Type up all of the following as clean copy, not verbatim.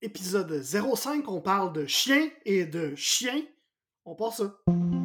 Épisode 05, on parle de chiens et de chiens. On part ça.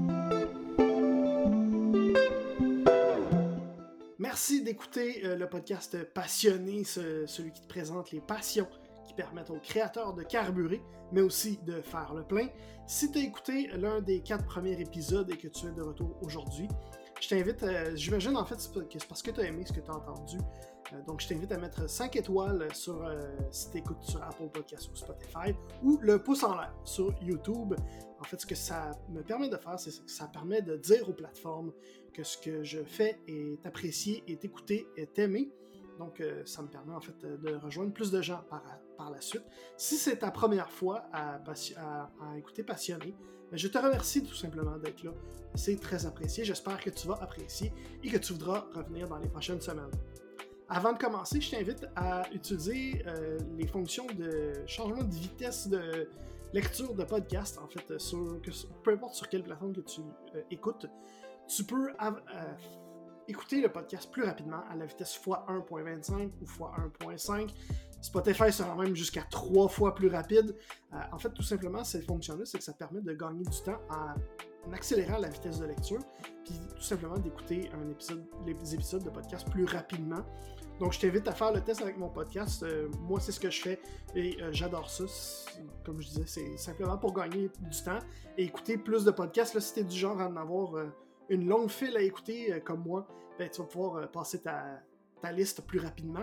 Merci d'écouter le podcast Passionné, celui qui te présente les passions qui permettent aux créateurs de carburer, mais aussi de faire le plein. Si tu as écouté l'un des 4 premiers épisodes et que tu es de retour aujourd'hui, je t'invite, j'imagine en fait que c'est parce que tu as aimé ce que tu as entendu. Donc je t'invite à mettre 5 étoiles si tu écoutes sur Apple Podcasts ou Spotify, ou le pouce en l'air sur YouTube. En fait, ce que ça me permet de faire, c'est que ça permet de dire aux plateformes que ce que je fais est apprécié, est écouté, est aimé. Donc, ça me permet en fait de rejoindre plus de gens par la suite. Si c'est ta première fois à écouter Passionné, je te remercie tout simplement d'être là. C'est très apprécié. J'espère que tu vas apprécier et que tu voudras revenir dans les prochaines semaines. Avant de commencer, je t'invite à utiliser les fonctions de changement de vitesse de lecture de podcast, en fait, peu importe sur quelle plateforme que tu écoutes. Tu peux écouter le podcast plus rapidement à la vitesse x1.25 ou x1.5. Spotify sera même jusqu'à 3 fois plus rapide. En fait, tout simplement, cette fonction-là, c'est que ça permet de gagner du temps en accélérant la vitesse de lecture, puis tout simplement d'écouter les épisodes de podcast plus rapidement. Donc, je t'invite à faire le test avec mon podcast. Moi, c'est ce que je fais et j'adore ça. Comme je disais, c'est simplement pour gagner du temps et écouter plus de podcasts. Là, si t'es du genre à en avoir une longue file à écouter comme moi, ben, tu vas pouvoir passer ta liste plus rapidement.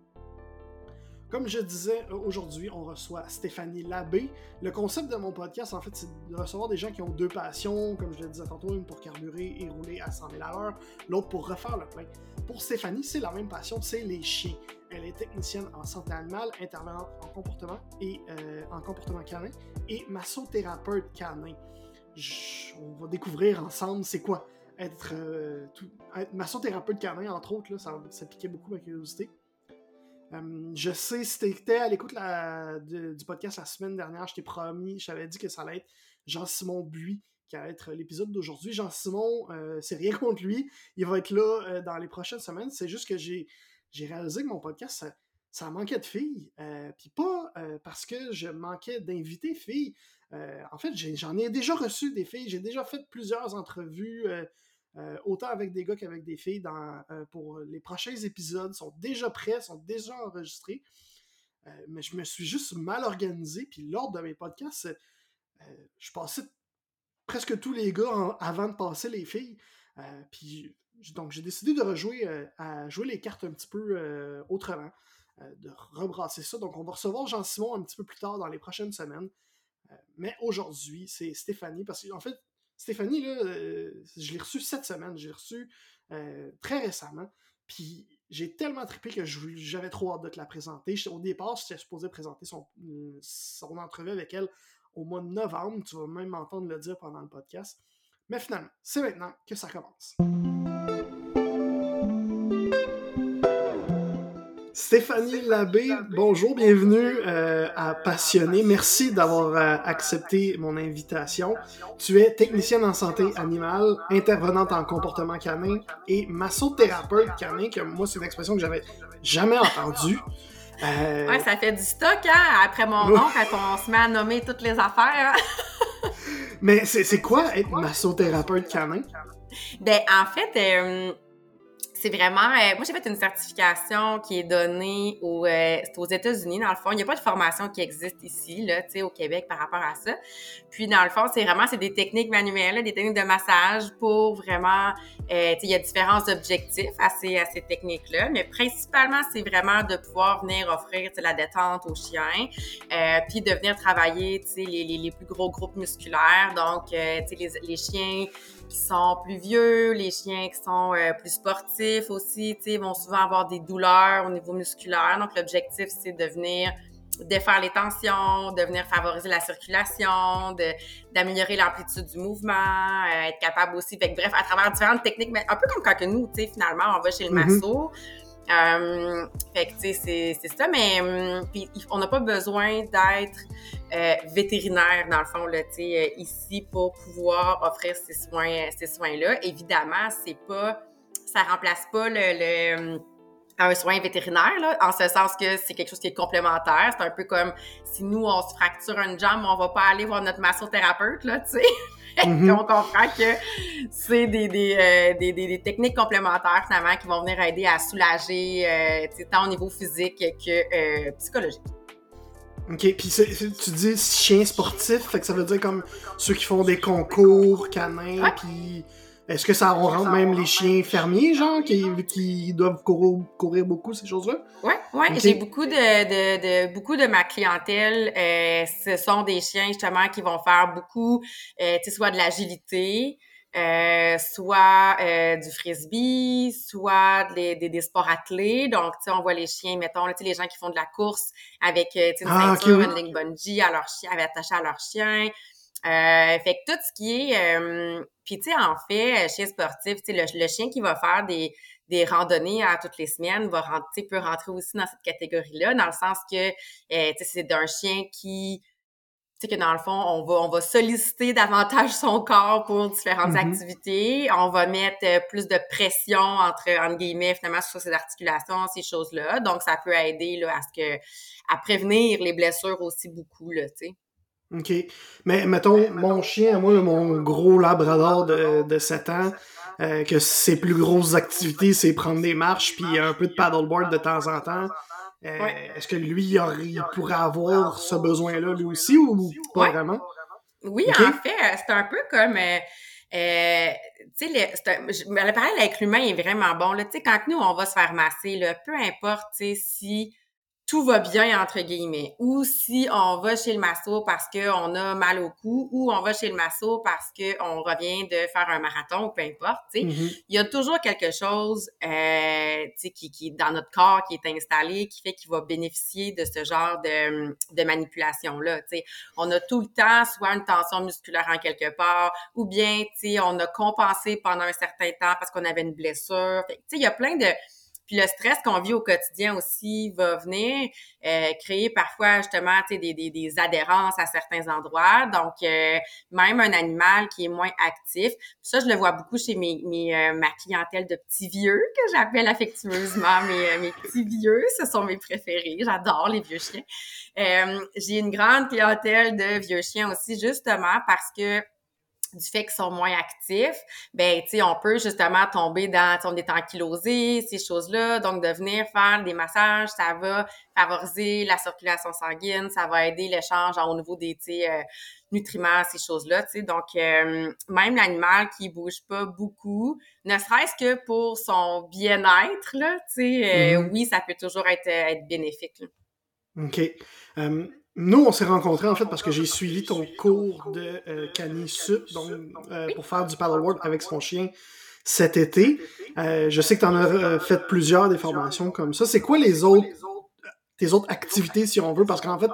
Comme je disais, aujourd'hui, on reçoit Stéphanie Labbé. Le concept de mon podcast, en fait, c'est de recevoir des gens qui ont 2 passions, comme je le disais tantôt, une pour carburer et rouler à 100 000 à l'heure, l'autre pour refaire le plein. Pour Stéphanie, c'est la même passion, c'est les chiens. Elle est technicienne en santé animale, intervenante en comportement et en comportement canin et massothérapeute canin. On va découvrir ensemble c'est quoi être massothérapeute canin, entre autres, là, ça piquait beaucoup ma curiosité. Je sais, si t'étais à l'écoute du podcast la semaine dernière, je t'avais dit que ça allait être Jean-Simon Buis qui allait être l'épisode d'aujourd'hui. Jean-Simon, c'est rien contre lui, il va être là dans les prochaines semaines. C'est juste que j'ai réalisé que mon podcast, ça manquait de filles. Puis pas parce que je manquais d'invités filles. En fait, j'en ai déjà reçu des filles, j'ai déjà fait plusieurs entrevues. Autant avec des gars qu'avec des filles pour les prochains épisodes, sont déjà prêts, sont déjà enregistrés. Mais je me suis juste mal organisé. Puis lors de mes podcasts, je passais presque tous les gars avant de passer les filles. Donc j'ai décidé de rejouer à jouer les cartes un petit peu autrement, de rebrasser ça. Donc on va recevoir Jean-Simon un petit peu plus tard dans les prochaines semaines. Mais aujourd'hui, c'est Stéphanie, parce qu'en fait, Stéphanie, là, je l'ai reçue cette semaine, je l'ai reçue très récemment, puis j'ai tellement trippé que j'avais trop hâte de te la présenter. Au départ, j'étais supposé présenter son entrevue avec elle au mois de novembre, tu vas même m'entendre le dire pendant le podcast, mais finalement, c'est maintenant que ça commence. Stéphanie Labbé, bonjour, bienvenue à Passionné. Merci d'avoir accepté mon invitation. Tu es technicienne en santé animale, intervenante en comportement canin et massothérapeute canin, que moi, c'est une expression que j'avais jamais entendue. Ouais, ça fait du stock, hein? Après mon nom, quand on se met à nommer toutes les affaires. Hein? Mais c'est quoi être massothérapeute canin? Ben, en fait, c'est vraiment... moi, j'ai fait une certification qui est donnée c'est aux États-Unis, dans le fond. Il n'y a pas de formation qui existe ici, là, tu sais, au Québec par rapport à ça. Puis, dans le fond, c'est des techniques manuelles, là, des techniques de massage pour vraiment... tu sais, il y a différents objectifs à ces techniques-là, mais principalement, c'est vraiment de pouvoir venir offrir, tu sais, la détente aux chiens, puis de venir travailler, tu sais, les plus gros groupes musculaires. Donc, tu sais, les chiens qui sont plus vieux, les chiens qui sont plus sportifs aussi, tu sais, vont souvent avoir des douleurs au niveau musculaire. Donc, l'objectif, c'est de venir défaire les tensions, de venir favoriser la circulation, d'améliorer l'amplitude du mouvement, être capable aussi, fait que, bref, à travers différentes techniques, mais un peu comme quand que nous, tu sais, finalement, on va chez le masso. Fait que, tu sais, c'est ça, mais puis on n'a pas besoin d'être vétérinaire, dans le fond, là, tu sais, ici pour pouvoir offrir ces soins-là. Évidemment, ça remplace pas à un soin vétérinaire, là, en ce sens que c'est quelque chose qui est complémentaire. C'est un peu comme si nous, on se fracture une jambe, on va pas aller voir notre massothérapeute, là, tu sais. On comprend que c'est des techniques complémentaires, finalement, qui vont venir aider à soulager, tant au niveau physique que psychologique. OK, puis tu dis chien sportif, fait que ça veut dire comme ceux qui font des concours canins, puis est-ce que ça on rentre même les chiens fermiers, genre, qui doivent courir beaucoup, ces choses-là? Ouais. Okay. J'ai beaucoup de ma clientèle, ce sont des chiens justement qui vont faire beaucoup, soit de l'agilité, soit du frisbee, soit des sports attelés. Donc, on voit les chiens, mettons, les gens qui font de la course avec une ceinture, une ligne bungee à leur chien, attaché à leur chien. Fait que tout ce qui est... puis, tu sais, en fait, chien sportif, tu sais, le chien qui va faire des randonnées à toutes les semaines peut rentrer aussi dans cette catégorie-là, dans le sens que, tu sais, c'est d'un chien qui... Tu sais, que dans le fond, on va solliciter davantage son corps pour différentes activités. On va mettre plus de pression entre guillemets, finalement, sur ses articulations, ces choses-là. Donc, ça peut aider là, à prévenir les blessures aussi beaucoup, là, tu sais. OK. Mais mettons, mon chien, moi, mon gros labrador de 7 ans, que ses plus grosses activités, c'est prendre des marches puis un peu de paddleboard de temps en temps. Est-ce que lui, il pourrait avoir ce besoin-là, lui aussi, ou pas vraiment? Oui, okay. En fait, c'est un peu comme... tu sais, le parallèle avec l'humain est vraiment bon. Tu sais, quand nous, on va se faire masser, là, peu importe, tu sais, si tout va bien, entre guillemets, ou si on va chez le masso parce qu'on a mal au cou, ou on va chez le masso parce qu'on revient de faire un marathon, ou peu importe, tu sais, il y a toujours quelque chose, tu sais, qui dans notre corps, qui est installé, qui fait qu'il va bénéficier de ce genre de manipulation-là, tu sais. On a tout le temps soit une tension musculaire en quelque part, ou bien, tu sais, on a compensé pendant un certain temps parce qu'on avait une blessure. Tu sais, il y a plein de... Puis le stress qu'on vit au quotidien aussi va venir créer parfois justement des adhérences à certains endroits. Donc, même un animal qui est moins actif. Ça, je le vois beaucoup chez ma clientèle de petits vieux, que j'appelle affectueusement mes petits vieux. Ce sont mes préférés. J'adore les vieux chiens. J'ai une grande clientèle de vieux chiens aussi, justement parce que du fait qu'ils sont moins actifs, ben tu sais, on peut justement tomber dans, on est ankylosé, ces choses-là, donc de venir faire des massages, ça va favoriser la circulation sanguine, ça va aider l'échange au niveau des, nutriments, ces choses-là, tu sais, donc même l'animal qui bouge pas beaucoup, ne serait-ce que pour son bien-être, là, tu sais, oui, ça peut toujours être bénéfique, là. OK. Nous, on s'est rencontrés, en fait, parce que j'ai suivi ton cours de Cani Sup, donc pour faire du paddleboard avec son chien cet été. Je sais que tu en as fait plusieurs des formations comme ça. C'est quoi tes autres activités, si on veut? Parce qu'en fait,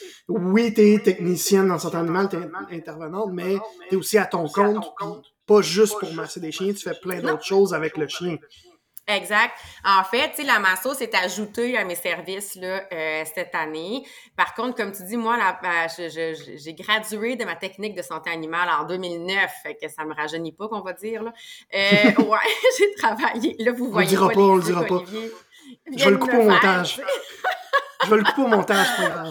t'es technicienne dans cet animal, t'es intervenante, mais t'es aussi à ton compte, puis pas juste pour masser des chiens, tu fais plein d'autres choses avec le chien. Exact. En fait, tu sais, la masso s'est ajoutée à mes services là cette année. Par contre, comme tu dis, moi, j'ai gradué de ma technique de santé animale en 2009, fait que ça me rajeunit pas, qu'on va dire là. Ouais, j'ai travaillé. Là, vous voyez pas on le dira pas. Je vais le couper au montage. Je vais le couper au montage, pas grave.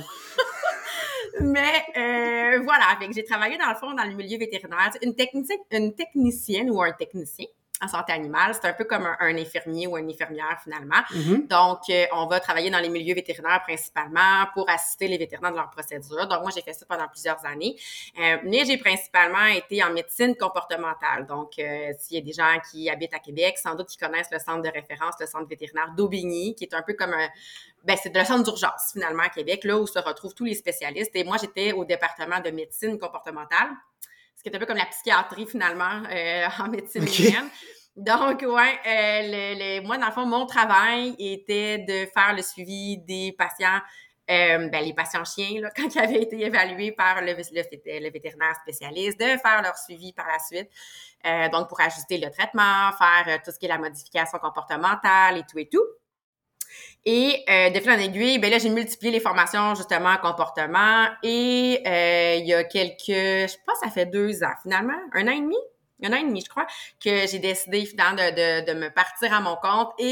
Mais voilà, fait que j'ai travaillé dans le fond dans le milieu vétérinaire. Une technicienne ou un technicien en santé animale, c'est un peu comme un infirmier ou une infirmière finalement. Donc, on va travailler dans les milieux vétérinaires principalement pour assister les vétérinaires de leur procédure. Donc, moi, j'ai fait ça pendant plusieurs années. Mais j'ai principalement été en médecine comportementale. Donc, s'il y a des gens qui habitent à Québec, sans doute qui connaissent le centre de référence, le centre vétérinaire d'Aubigny, qui est un peu comme c'est le centre d'urgence finalement à Québec, là où se retrouvent tous les spécialistes. Et moi, j'étais au département de médecine comportementale, ce qui est un peu comme la psychiatrie, finalement, en médecine humaine. Donc, ouais, moi, dans le fond, mon travail était de faire le suivi des patients, les patients chiens, là, quand ils avaient été évalués par le vétérinaire spécialiste, de faire leur suivi par la suite. Donc, pour ajuster le traitement, faire tout ce qui est la modification comportementale et tout. Et de fil en aiguille, ben là, j'ai multiplié les formations justement en comportement et il y a je sais pas, ça fait 2 ans finalement, un an et demi, je crois, que j'ai décidé finalement de me partir à mon compte et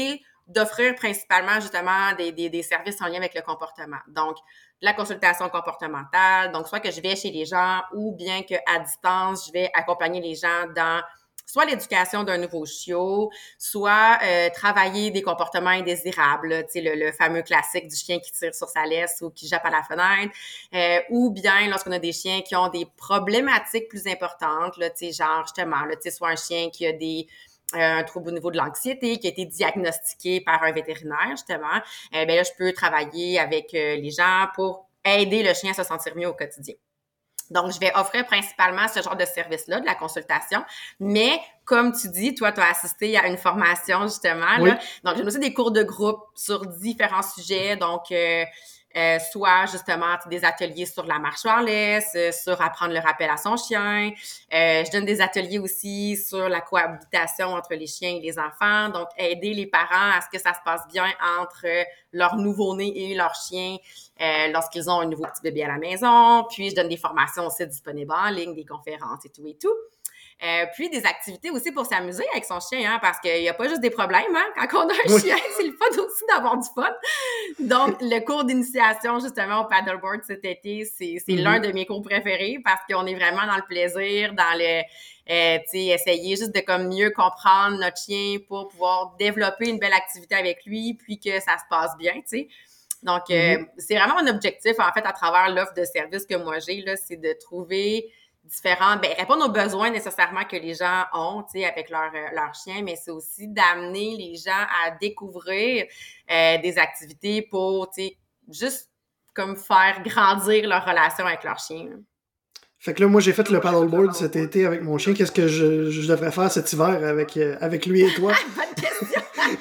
d'offrir principalement, justement, des services en lien avec le comportement. Donc, de la consultation comportementale, donc soit que je vais chez les gens ou bien qu'à distance, je vais accompagner les gens dans soit l'éducation d'un nouveau chiot, soit travailler des comportements indésirables, tu sais, le fameux classique du chien qui tire sur sa laisse ou qui jappe à la fenêtre, ou bien lorsqu'on a des chiens qui ont des problématiques plus importantes, là, tu sais, genre justement, là, tu sais, soit un chien qui a un trouble au niveau de l'anxiété qui a été diagnostiqué par un vétérinaire, justement, ben là, je peux travailler avec les gens pour aider le chien à se sentir mieux au quotidien. Donc, je vais offrir principalement ce genre de service-là, de la consultation. Mais, comme tu dis, toi, tu as assisté à une formation, justement, Oui. là. Donc, j'ai aussi des cours de groupe sur différents sujets. Donc, soit, justement, des ateliers sur la marche wireless, sur apprendre le rappel à son chien. Je donne des ateliers aussi sur la cohabitation entre les chiens et les enfants. Donc, aider les parents à ce que ça se passe bien entre leur nouveau-né et leur chien lorsqu'ils ont un nouveau petit bébé à la maison. Puis, je donne des formations aussi disponibles en ligne, des conférences et tout et tout. Puis des activités aussi pour s'amuser avec son chien, hein, parce qu'il n'y a pas juste des problèmes, hein. Quand on a un chien, c'est le fun aussi d'avoir du fun. Donc, le cours d'initiation, justement, au paddleboard cet été, c'est l'un de mes cours préférés parce qu'on est vraiment dans le plaisir, dans le, tu sais, essayer juste de comme mieux comprendre notre chien pour pouvoir développer une belle activité avec lui, puis que ça se passe bien, tu sais. Donc, c'est vraiment mon objectif, en fait, à travers l'offre de services que moi j'ai, là, c'est de trouver répondre aux besoins nécessairement que les gens ont, tu sais, avec leur chien, mais c'est aussi d'amener les gens à découvrir des activités pour, tu sais, juste comme faire grandir leur relation avec leur chien. Fait que là, moi, j'ai fait le paddleboard cet été avec mon chien. Qu'est-ce que je devrais faire cet hiver avec lui et toi? Bonne question!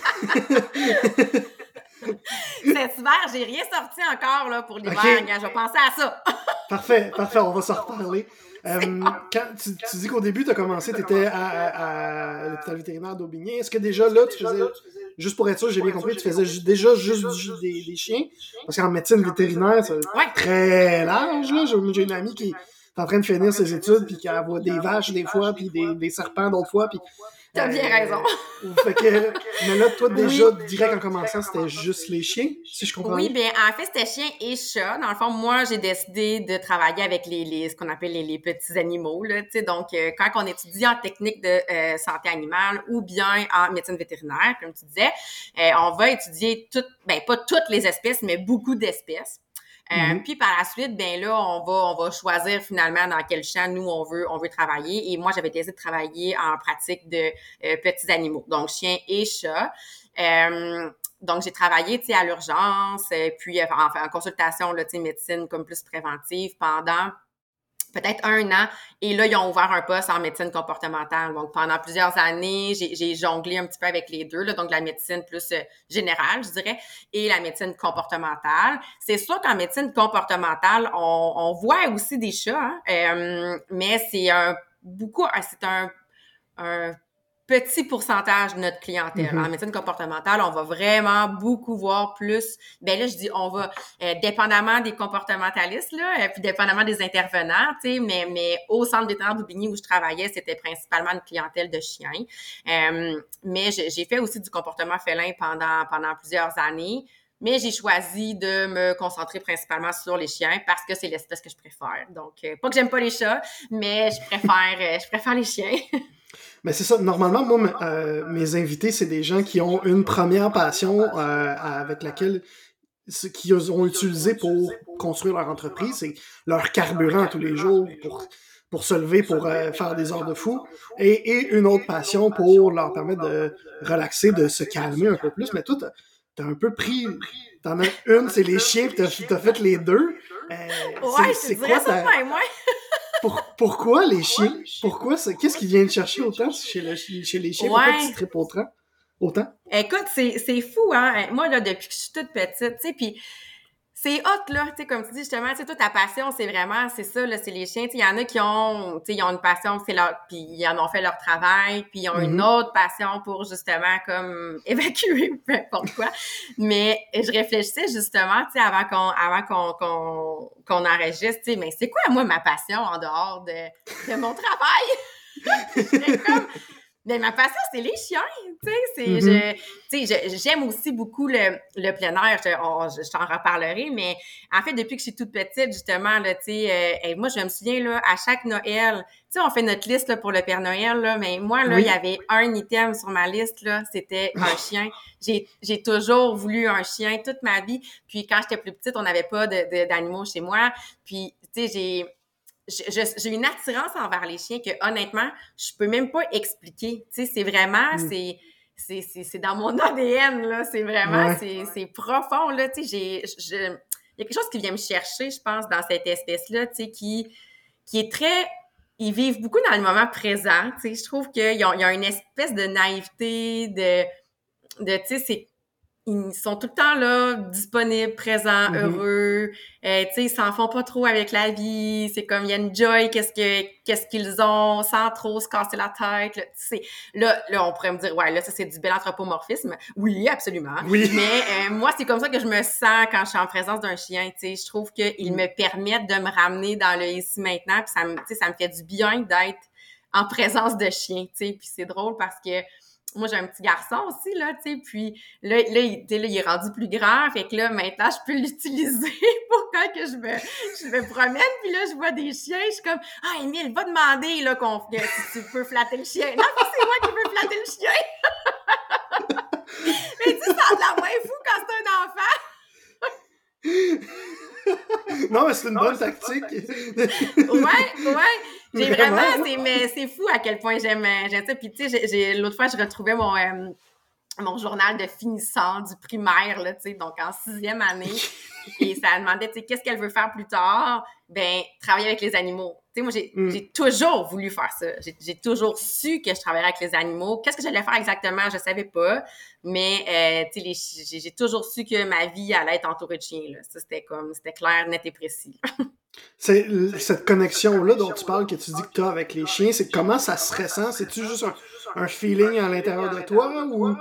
Cet hiver, j'ai rien sorti encore là, pour l'hiver. Okay. Je vais penser à ça. Parfait, on va s'en reparler. Quand tu dis qu'au début, tu as commencé, tu étais à l'hôpital vétérinaire d'Aubigné. Est-ce que déjà là, tu faisais, juste pour être sûr, j'ai bien compris, tu faisais déjà juste des chiens? Parce qu'en médecine vétérinaire, c'est très large. Là. J'ai une amie qui est en train de finir ses études, puis qui voit des vaches des fois, puis des serpents d'autres fois. Puis, t'as bien raison. Fait que, mais là, toi, déjà, direct en commençant, c'était juste les chiens, si je comprends bien? Oui, bien, en fait, c'était chien et chat. Dans le fond, moi, j'ai décidé de travailler avec ce qu'on appelle les petits animaux, là, tu sais. Donc, quand on étudie en technique de santé animale ou bien en médecine vétérinaire, comme tu disais, on va étudier pas toutes les espèces, mais beaucoup d'espèces. Puis par la suite, ben là, on va choisir finalement dans quel champ nous on veut travailler. Et moi, j'avais décidé de travailler en pratique de petits animaux, donc chiens et chats. Donc j'ai travaillé, tu sais, à l'urgence, puis en consultation, là, tu sais, médecine comme plus préventive pendant peut-être 1 an. Et là, ils ont ouvert un poste en médecine comportementale. Donc, pendant plusieurs années, j'ai jonglé un petit peu avec les deux, là, donc la médecine plus générale, je dirais, et la médecine comportementale. C'est sûr qu'en médecine comportementale, on voit aussi des chats, hein, mais c'est un petit pourcentage de notre clientèle. En médecine comportementale, on va vraiment beaucoup voir plus. Ben là, je dis on va, dépendamment des comportementalistes, là, puis dépendamment des intervenants, tu sais, mais au centre vétérinaire d'Aubigny où je travaillais, c'était principalement une clientèle de chiens. Mais j'ai fait aussi du comportement félin pendant plusieurs années. Mais j'ai choisi de me concentrer principalement sur les chiens parce que c'est l'espèce que je préfère. Donc, pas que j'aime pas les chats, mais je préfère les chiens. Mais c'est ça. Normalement, moi, mes invités, c'est des gens qui ont une première passion avec laquelle qu'ils ont utilisé pour construire leur entreprise. C'est leur carburant tous les jours pour se lever, pour faire des heures de fou. Et une autre passion pour leur permettre de relaxer, de se calmer un peu plus. Mais toi, t'as un peu pris... T'en as une, c'est les chiens, puis t'as fait les deux. C'est quoi ça? Pourquoi les chiens? Pourquoi ça? Qu'est-ce qui vient de chercher autant chez les chiens? Pourquoi tu tripes autant? Écoute, c'est fou, hein? Moi, là, depuis que je suis toute petite, tu sais, puis c'est hot, là, tu sais, comme tu dis, justement, tu sais, toi, ta passion, c'est ça, là, c'est les chiens. Tu sais, il y en a qui ont, tu sais, ils ont une passion, puis ils en ont fait leur travail, puis ils ont une autre passion pour, justement, comme, évacuer peu importe quoi. Mais je réfléchissais, justement, tu sais, avant qu'on enregistre, tu sais, mais c'est quoi, moi, ma passion en dehors de mon travail? J'étais comme... Mais ma passion, c'est les chiens, tu sais. J'aime aussi beaucoup le plein air. Je t'en reparlerai, mais en fait, depuis que je suis toute petite, justement, là, tu sais, moi, je me souviens, là, à chaque Noël, tu sais, on fait notre liste, là, pour le Père Noël, là, mais moi, là, il y Oui. avait un item sur ma liste, là, c'était un chien. J'ai toujours voulu un chien toute ma vie. Puis quand j'étais plus petite, on n'avait pas d'animaux chez moi. Puis, tu sais, j'ai une attirance envers les chiens que, honnêtement, je peux même pas expliquer. Tu sais, c'est vraiment, Mm. c'est dans mon ADN, là. C'est vraiment, Ouais. c'est profond, là. Tu sais, il y a quelque chose qui vient me chercher, je pense, dans cette espèce-là, tu sais, qui est très, ils vivent beaucoup dans le moment présent. Tu sais, je trouve qu'il y a une espèce de naïveté, tu sais, ils sont tout le temps là, disponibles, présents, Mhm. heureux. Tu sais, ils s'en font pas trop avec la vie. C'est comme, il y a une joy, qu'est-ce qu'ils ont, sans trop se casser la tête. Là, on pourrait me dire, ouais, là, ça, c'est du bel anthropomorphisme. Oui, absolument. Oui. Mais moi, c'est comme ça que je me sens quand je suis en présence d'un chien. Tu sais, je trouve qu'ils Mm. me permettent de me ramener dans le ici maintenant. Puis ça me fait du bien d'être en présence de chien. Tu sais, puis c'est drôle parce que moi, j'ai un petit garçon aussi, là, tu sais, puis il est rendu plus grand, fait que là, maintenant, je peux l'utiliser pour quand que je me promène, puis là, je vois des chiens, je suis comme, « Ah, Émile, va demander, là, si tu peux flatter le chien. » Non, c'est moi qui veux flatter le chien. Mais tu sais, ça a de la moins fou quand c'est un enfant. Non, mais c'est une bonne tactique. Ouais. J'ai vraiment, Vraiment, hein? mais c'est fou à quel point j'aime ça. Puis tu sais, l'autre fois, je retrouvais mon journal de finissant du primaire, là, tu sais, donc en 6e année. Et ça demandait, tu sais, qu'est-ce qu'elle veut faire plus tard? Ben, travailler avec les animaux. Tu sais, moi, Mm. j'ai toujours voulu faire ça. J'ai toujours su que je travaillerais avec les animaux. Qu'est-ce que j'allais faire exactement? Je savais pas. Mais, tu sais, j'ai toujours su que ma vie allait être entourée de chiens, là. Ça, c'était clair, net et précis. C'est cette connexion-là dont tu parles, que tu dis que tu as avec les chiens, c'est comment ça se ressent? C'est-tu juste un feeling à l'intérieur de toi ou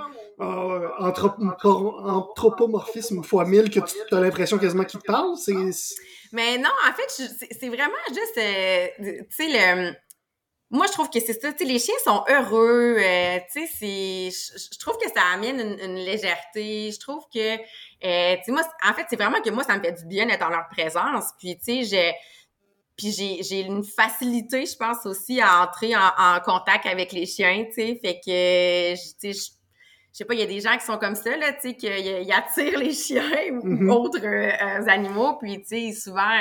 anthropomorphisme fois 1000 que tu as l'impression quasiment qu'ils te parlent? Mais non, en fait, c'est vraiment juste, tu sais, moi, je trouve que c'est ça. Tu sais, les chiens sont heureux. Tu sais, je trouve que ça amène une légèreté. Je trouve que, tu sais, moi, en fait, c'est vraiment que moi, ça me fait du bien d'être en leur présence. Puis, tu sais, j'ai une facilité, je pense aussi, à entrer en contact avec les chiens. Tu sais, fait que, tu sais, je sais pas, il y a des gens qui sont comme ça, là, tu sais, qu'ils attirent les chiens ou Mhm. autres animaux. Puis, tu sais, souvent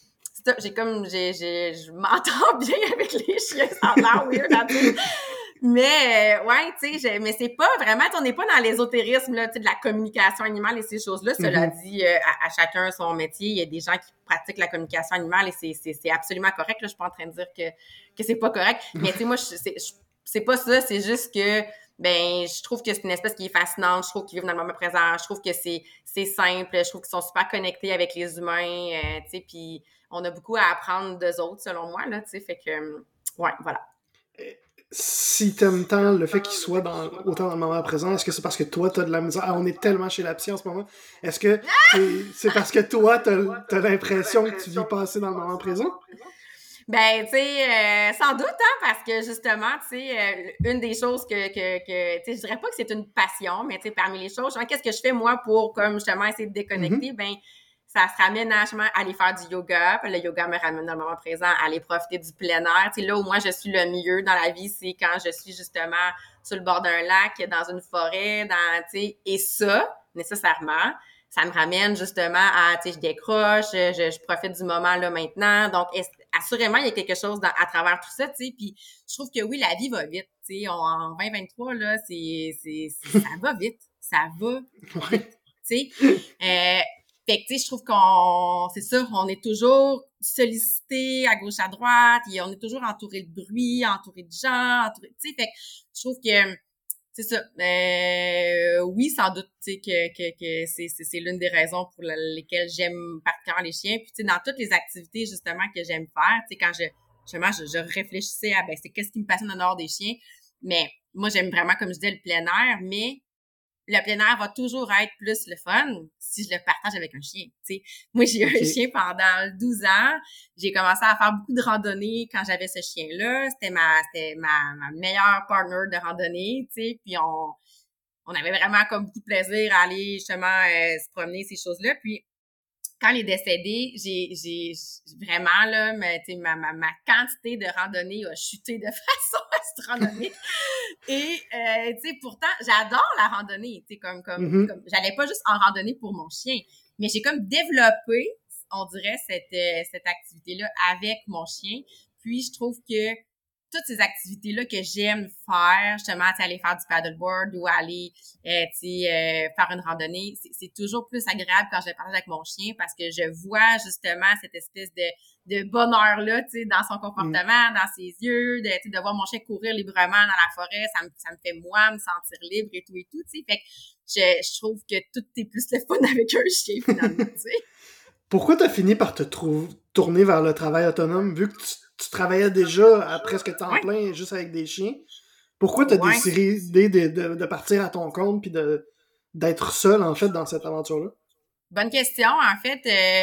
je m'entends bien avec les chiens, ça a l'air weird à dire. Mais, ouais, tu sais, mais c'est pas vraiment, on n'est pas dans l'ésotérisme, là, tu sais, de la communication animale et ces choses-là. Cela Mhm. dit, à chacun son métier. Il y a des gens qui pratiquent la communication animale et c'est absolument correct, là. Je suis pas en train de dire que c'est pas correct. Mais, tu sais, moi, c'est pas ça, c'est juste que, ben, je trouve que c'est une espèce qui est fascinante. Je trouve qu'ils vivent dans le moment présent. Je trouve que c'est simple. Je trouve qu'ils sont super connectés avec les humains, tu sais, puis on a beaucoup à apprendre d'eux autres, selon moi, là, tu sais, fait que, ouais, voilà. Si t'aimes tant le fait qu'il soit autant dans le moment présent, est-ce que c'est parce que toi, t'as de la misère? Ah, on est tellement chez la psy en ce moment. Est-ce que c'est parce que toi, t'as l'impression que tu vis pas assez dans le moment présent? Ben, tu sais, sans doute, hein, parce que justement, tu sais, une des choses tu sais, je dirais pas que c'est une passion, mais tu sais, parmi les choses, genre, qu'est-ce que je fais, moi, pour, comme, justement, essayer de déconnecter? Mhm. Ben, ça se ramène à, justement, aller faire du yoga. Puis le yoga me ramène dans le moment présent, à aller profiter du plein air. Tu sais, là où moi, je suis le mieux dans la vie, c'est quand je suis, justement, sur le bord d'un lac, dans une forêt, tu sais, et ça, nécessairement, ça me ramène justement à, tu sais, je décroche, je profite du moment là maintenant. Donc, assurément, il y a quelque chose à travers tout ça, tu sais. Puis, je trouve que oui, la vie va vite, tu sais. En 2023, là, ça va vite. Ça va Ouais. vite, tu sais. Fait que, tu sais, je trouve c'est ça, on est toujours sollicité à gauche, à droite, et on est toujours entouré de bruit, entouré de gens, tu sais. Fait que, je trouve que, c'est ça. Oui, sans doute, tu sais, que c'est l'une des raisons pour lesquelles j'aime particulièrement les chiens. Puis, tu sais, dans toutes les activités, justement, que j'aime faire, tu sais, quand justement, je réfléchissais à, ben, c'est qu'est-ce qui me passionne en dehors des chiens. Mais, moi, j'aime vraiment, comme je disais, le plein air, mais le plein air va toujours être plus le fun si je le partage avec un chien, tu sais. Moi, j'ai eu un chien pendant 12 ans. J'ai commencé à faire beaucoup de randonnées quand j'avais ce chien-là. C'était ma meilleure partner de randonnée, tu sais. Puis on avait vraiment comme beaucoup de plaisir à aller justement se promener, ces choses-là. Puis quand il est décédé, j'ai vraiment, là, ma quantité de randonnée a chuté de façon astronomique. Et, tu sais, pourtant, j'adore la randonnée, tu sais, comme, j'allais pas juste en randonnée pour mon chien, mais j'ai comme développé, on dirait, cette activité-là avec mon chien. Puis, je trouve que toutes ces activités-là que j'aime faire, justement, aller faire du paddleboard ou aller faire une randonnée, c'est toujours plus agréable quand je le partage avec mon chien parce que je vois justement cette espèce de bonheur-là, tu sais, dans son comportement, dans ses yeux, de voir mon chien courir librement dans la forêt, ça me fait moi me sentir libre et tout, tu sais. Fait que je trouve que tout est plus le fun avec un chien, finalement, tu sais. Pourquoi t'as fini par te tourner vers le travail autonome, vu que tu travaillais déjà à presque temps plein juste avec des chiens? Pourquoi t'as décidé de partir à ton compte puis d'être seul, en fait, dans cette aventure-là? Bonne question. En fait,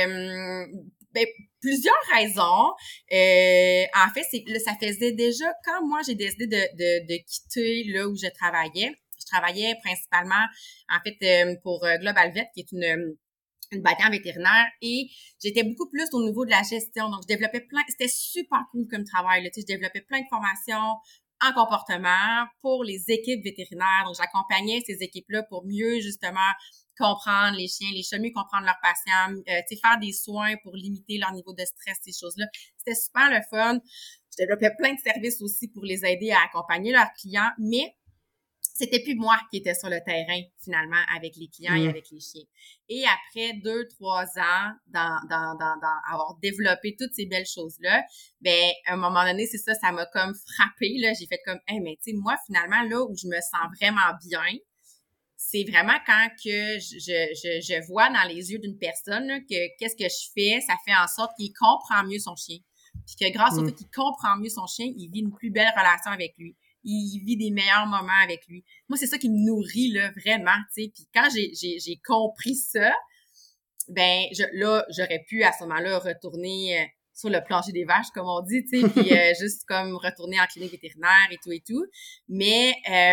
plusieurs raisons. En fait, ça faisait déjà, quand moi j'ai décidé de quitter là où je travaillais principalement, en fait, pour Global Vet, qui est une bâtiment vétérinaire, et j'étais beaucoup plus au niveau de la gestion. Donc, je développais c'était super cool comme travail, là. Tu sais, je développais plein de formations en comportement pour les équipes vétérinaires. Donc, j'accompagnais ces équipes-là pour mieux, justement, comprendre les chiens, mieux comprendre leurs patients, tu sais, faire des soins pour limiter leur niveau de stress, ces choses-là. C'était super le fun. Je développais plein de services aussi pour les aider à accompagner leurs clients, mais c'était plus moi qui étais sur le terrain, finalement, avec les clients et avec les chiens. Et après 2-3 ans dans avoir développé toutes ces belles choses-là, ben, à un moment donné, c'est ça m'a comme frappé, là. J'ai fait comme, hey, mais tu sais, moi, finalement, là où je me sens vraiment bien, c'est vraiment quand que je vois dans les yeux d'une personne, là, que qu'est-ce que je fais, ça fait en sorte qu'il comprend mieux son chien. Puis que grâce au fait qu'il comprend mieux son chien, il vit une plus belle relation avec lui. Il vit des meilleurs moments avec lui. Moi, c'est ça qui me nourrit, là, vraiment, tu sais. Puis quand j'ai compris ça, ben, j'aurais pu, à ce moment-là, retourner sur le plancher des vaches, comme on dit, tu sais, puis juste comme retourner en clinique vétérinaire et tout. Mais,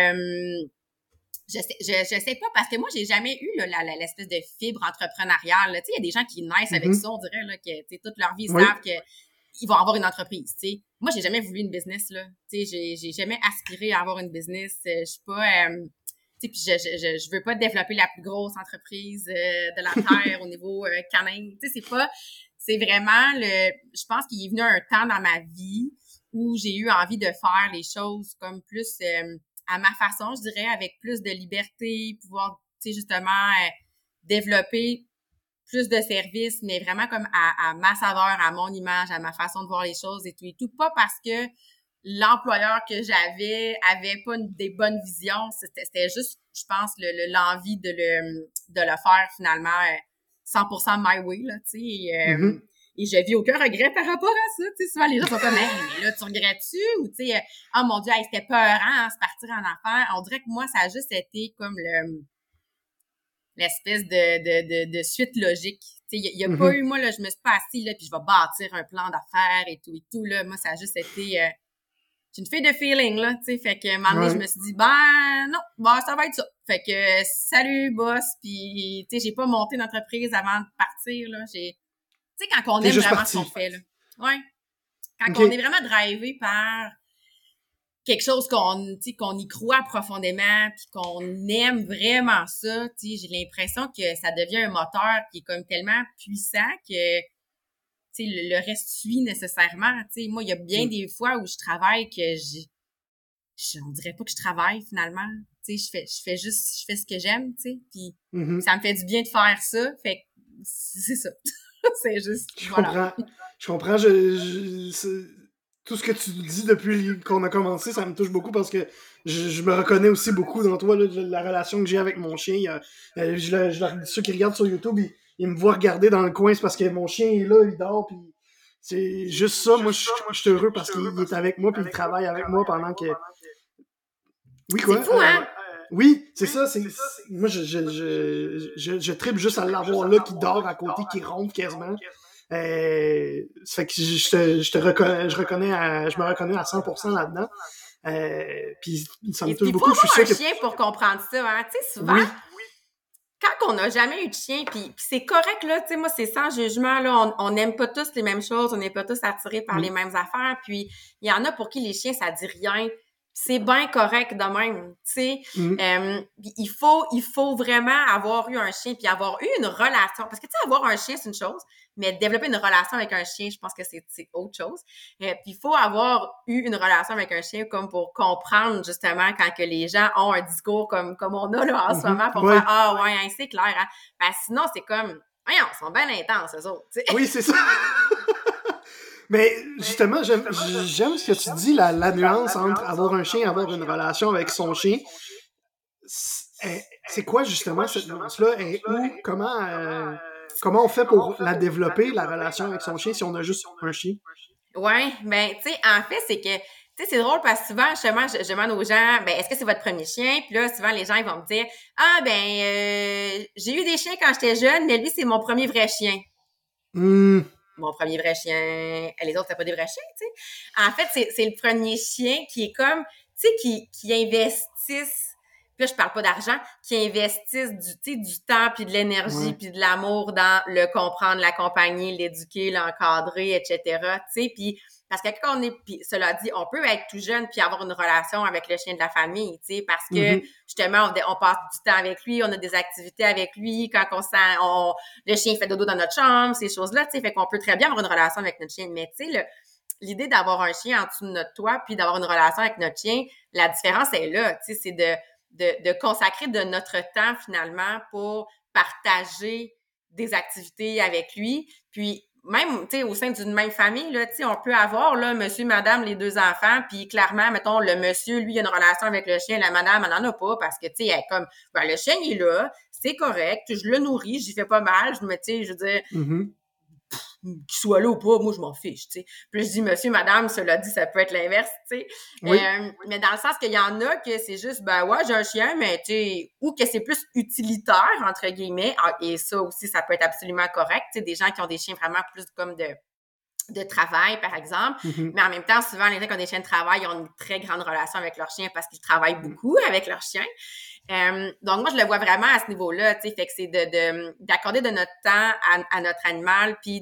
je sais pas, parce que moi, j'ai jamais eu là, l'espèce de fibre entrepreneuriale. Tu sais, il y a des gens qui naissent avec ça, on dirait, là, que, tu sais, toute leur vie, ils savent que ils vont avoir une entreprise, tu sais. Moi, j'ai jamais voulu une business, là. Tu sais, j'ai jamais aspiré à avoir une business. Je suis pas... tu sais, puis je veux pas développer la plus grosse entreprise de la Terre au niveau canin. Tu sais, c'est vraiment je pense qu'il est venu un temps dans ma vie où j'ai eu envie de faire les choses comme plus à ma façon, je dirais, avec plus de liberté, pouvoir, tu sais, justement, développer plus de services, mais vraiment comme à ma saveur, à mon image, à ma façon de voir les choses et tout. Pas parce que l'employeur que j'avais avait pas des bonnes visions, c'était juste, je pense, l'envie de le faire finalement 100% my way, là, tu sais. Et je vis aucun regret par rapport à ça. Tu sais, souvent, les gens sont comme, hey, mais là, tu regrettes-tu? Ou, tu sais, oh mon Dieu, hey, c'était peurant, hein, se partir en affaires. On dirait que moi, ça a juste été comme l'espèce de suite logique. Tu sais, il y a pas eu, moi, là, je me suis pas assise, là, puis je vais bâtir un plan d'affaires et tout, là. Moi, ça a juste été, j'ai une fille de feeling, là, tu sais. Fait que, un moment donné, je me suis dit, ben, non, ben, ça va être ça. Fait que, salut, boss, puis, tu sais, j'ai pas monté une entreprise avant de partir, là. Tu sais, quand on aime vraiment ce qu'on fait, là. Ouais. Quand on est vraiment drivé par quelque chose qu'on y croit profondément puis qu'on aime vraiment ça, tu sais, j'ai l'impression que ça devient un moteur qui est comme tellement puissant que, tu sais, le reste suit nécessairement. Tu sais, moi, il y a bien des fois où je travaille que on dirait pas que je travaille finalement. Tu sais, je fais ce que j'aime, tu sais, puis ça me fait du bien de faire ça. Fait que c'est ça. C'est juste, Je comprends. Tout ce que tu dis depuis qu'on a commencé, ça me touche beaucoup parce que je me reconnais aussi beaucoup dans toi, là, la relation que j'ai avec mon chien. Ceux qui regardent sur YouTube, ils me voient regarder dans le coin, c'est parce que mon chien est là, il dort, puis c'est juste ça. Moi, je suis heureux parce qu'il est avec moi, puis il travaille avec moi pendant que... Oui, quoi? C'est fou, hein? Oui, c'est ça. Moi, je tripe juste à l'avoir là qui dort à côté, qui ronfle quasiment. Ça fait que je me reconnais à 100% là-dedans. Puis ça me touche Il faut beaucoup. Je suis avoir sûr un que... chien pour comprendre ça. Hein? Tu sais, souvent, Oui. quand on n'a jamais eu de chien, puis c'est correct, là, tu sais, moi, c'est sans jugement, là, on n'aime pas tous les mêmes choses, on n'est pas tous attirés par les mêmes affaires, puis il y en a pour qui les chiens, ça dit rien. C'est bien correct de même, tu sais. Il faut vraiment avoir eu un chien, puis avoir eu une relation. Parce que, tu sais, avoir un chien, c'est une chose, mais développer une relation avec un chien, je pense que c'est autre chose. Puis il faut avoir eu une relation avec un chien comme pour comprendre, justement, quand que les gens ont un discours comme on a là en ce moment, pour faire « Ah, ouais, hein, c'est clair, hein? » Sinon, c'est comme « Voyons, ils sont bien intenses, eux autres. » Oui, c'est ça. Mais justement, j'aime ce que tu dis, la nuance entre avoir un chien et avoir une relation avec son chien. C'est quoi justement cette nuance-là? Et où, comment on fait pour la développer, la relation avec son chien, si on a juste un chien? Ouais, ben, tu sais, en fait, c'est que, tu sais, c'est drôle parce que souvent, justement, je demande aux gens, ben, est-ce que c'est votre premier chien? Puis là, souvent, les gens, ils vont me dire, ah, ben, j'ai eu des chiens quand j'étais jeune, mais lui, c'est mon premier vrai chien. Mon premier vrai chien. Les autres, c'est pas des vrais chiens, tu sais. En fait, c'est le premier chien qui est comme, tu sais, qui investissent, puis là, je parle pas d'argent, qui investissent du temps, puis de l'énergie, puis de l'amour dans le comprendre, l'accompagner, l'éduquer, l'encadrer, etc., tu sais, puis parce que quand puis cela dit, on peut être tout jeune puis avoir une relation avec le chien de la famille, tu sais, parce que justement, on passe du temps avec lui, on a des activités avec lui, quand le chien fait dodo dans notre chambre, ces choses-là, tu sais, fait qu'on peut très bien avoir une relation avec notre chien, mais tu sais, l'idée d'avoir un chien en dessous de notre toit puis d'avoir une relation avec notre chien, la différence est là, tu sais, c'est de consacrer de notre temps finalement pour partager des activités avec lui, puis même, tu sais, au sein d'une même famille, là, tu sais, on peut avoir, là, monsieur, madame, les deux enfants, puis clairement, mettons, le monsieur, lui, il a une relation avec le chien, la madame, elle n'en a pas, parce que, tu sais, elle est comme, ben, le chien, il est là, c'est correct, je le nourris, j'y fais pas mal, tu sais, je veux dire, qu'il soit là ou pas, moi, je m'en fiche, tu sais. Puis je dis, monsieur, madame, cela dit, ça peut être l'inverse, tu sais. Oui. Mais dans le sens qu'il y en a que c'est juste, ben ouais, j'ai un chien, mais tu sais, ou que c'est plus utilitaire, entre guillemets, et ça aussi, ça peut être absolument correct, tu sais, des gens qui ont des chiens vraiment plus comme de travail, par exemple. Mais en même temps, souvent, les gens qui ont des chiens de travail, ils ont une très grande relation avec leur chien parce qu'ils travaillent beaucoup avec leur chien. Donc, moi, je le vois vraiment à ce niveau-là, tu sais, fait que c'est d'accorder de notre temps à notre animal, puis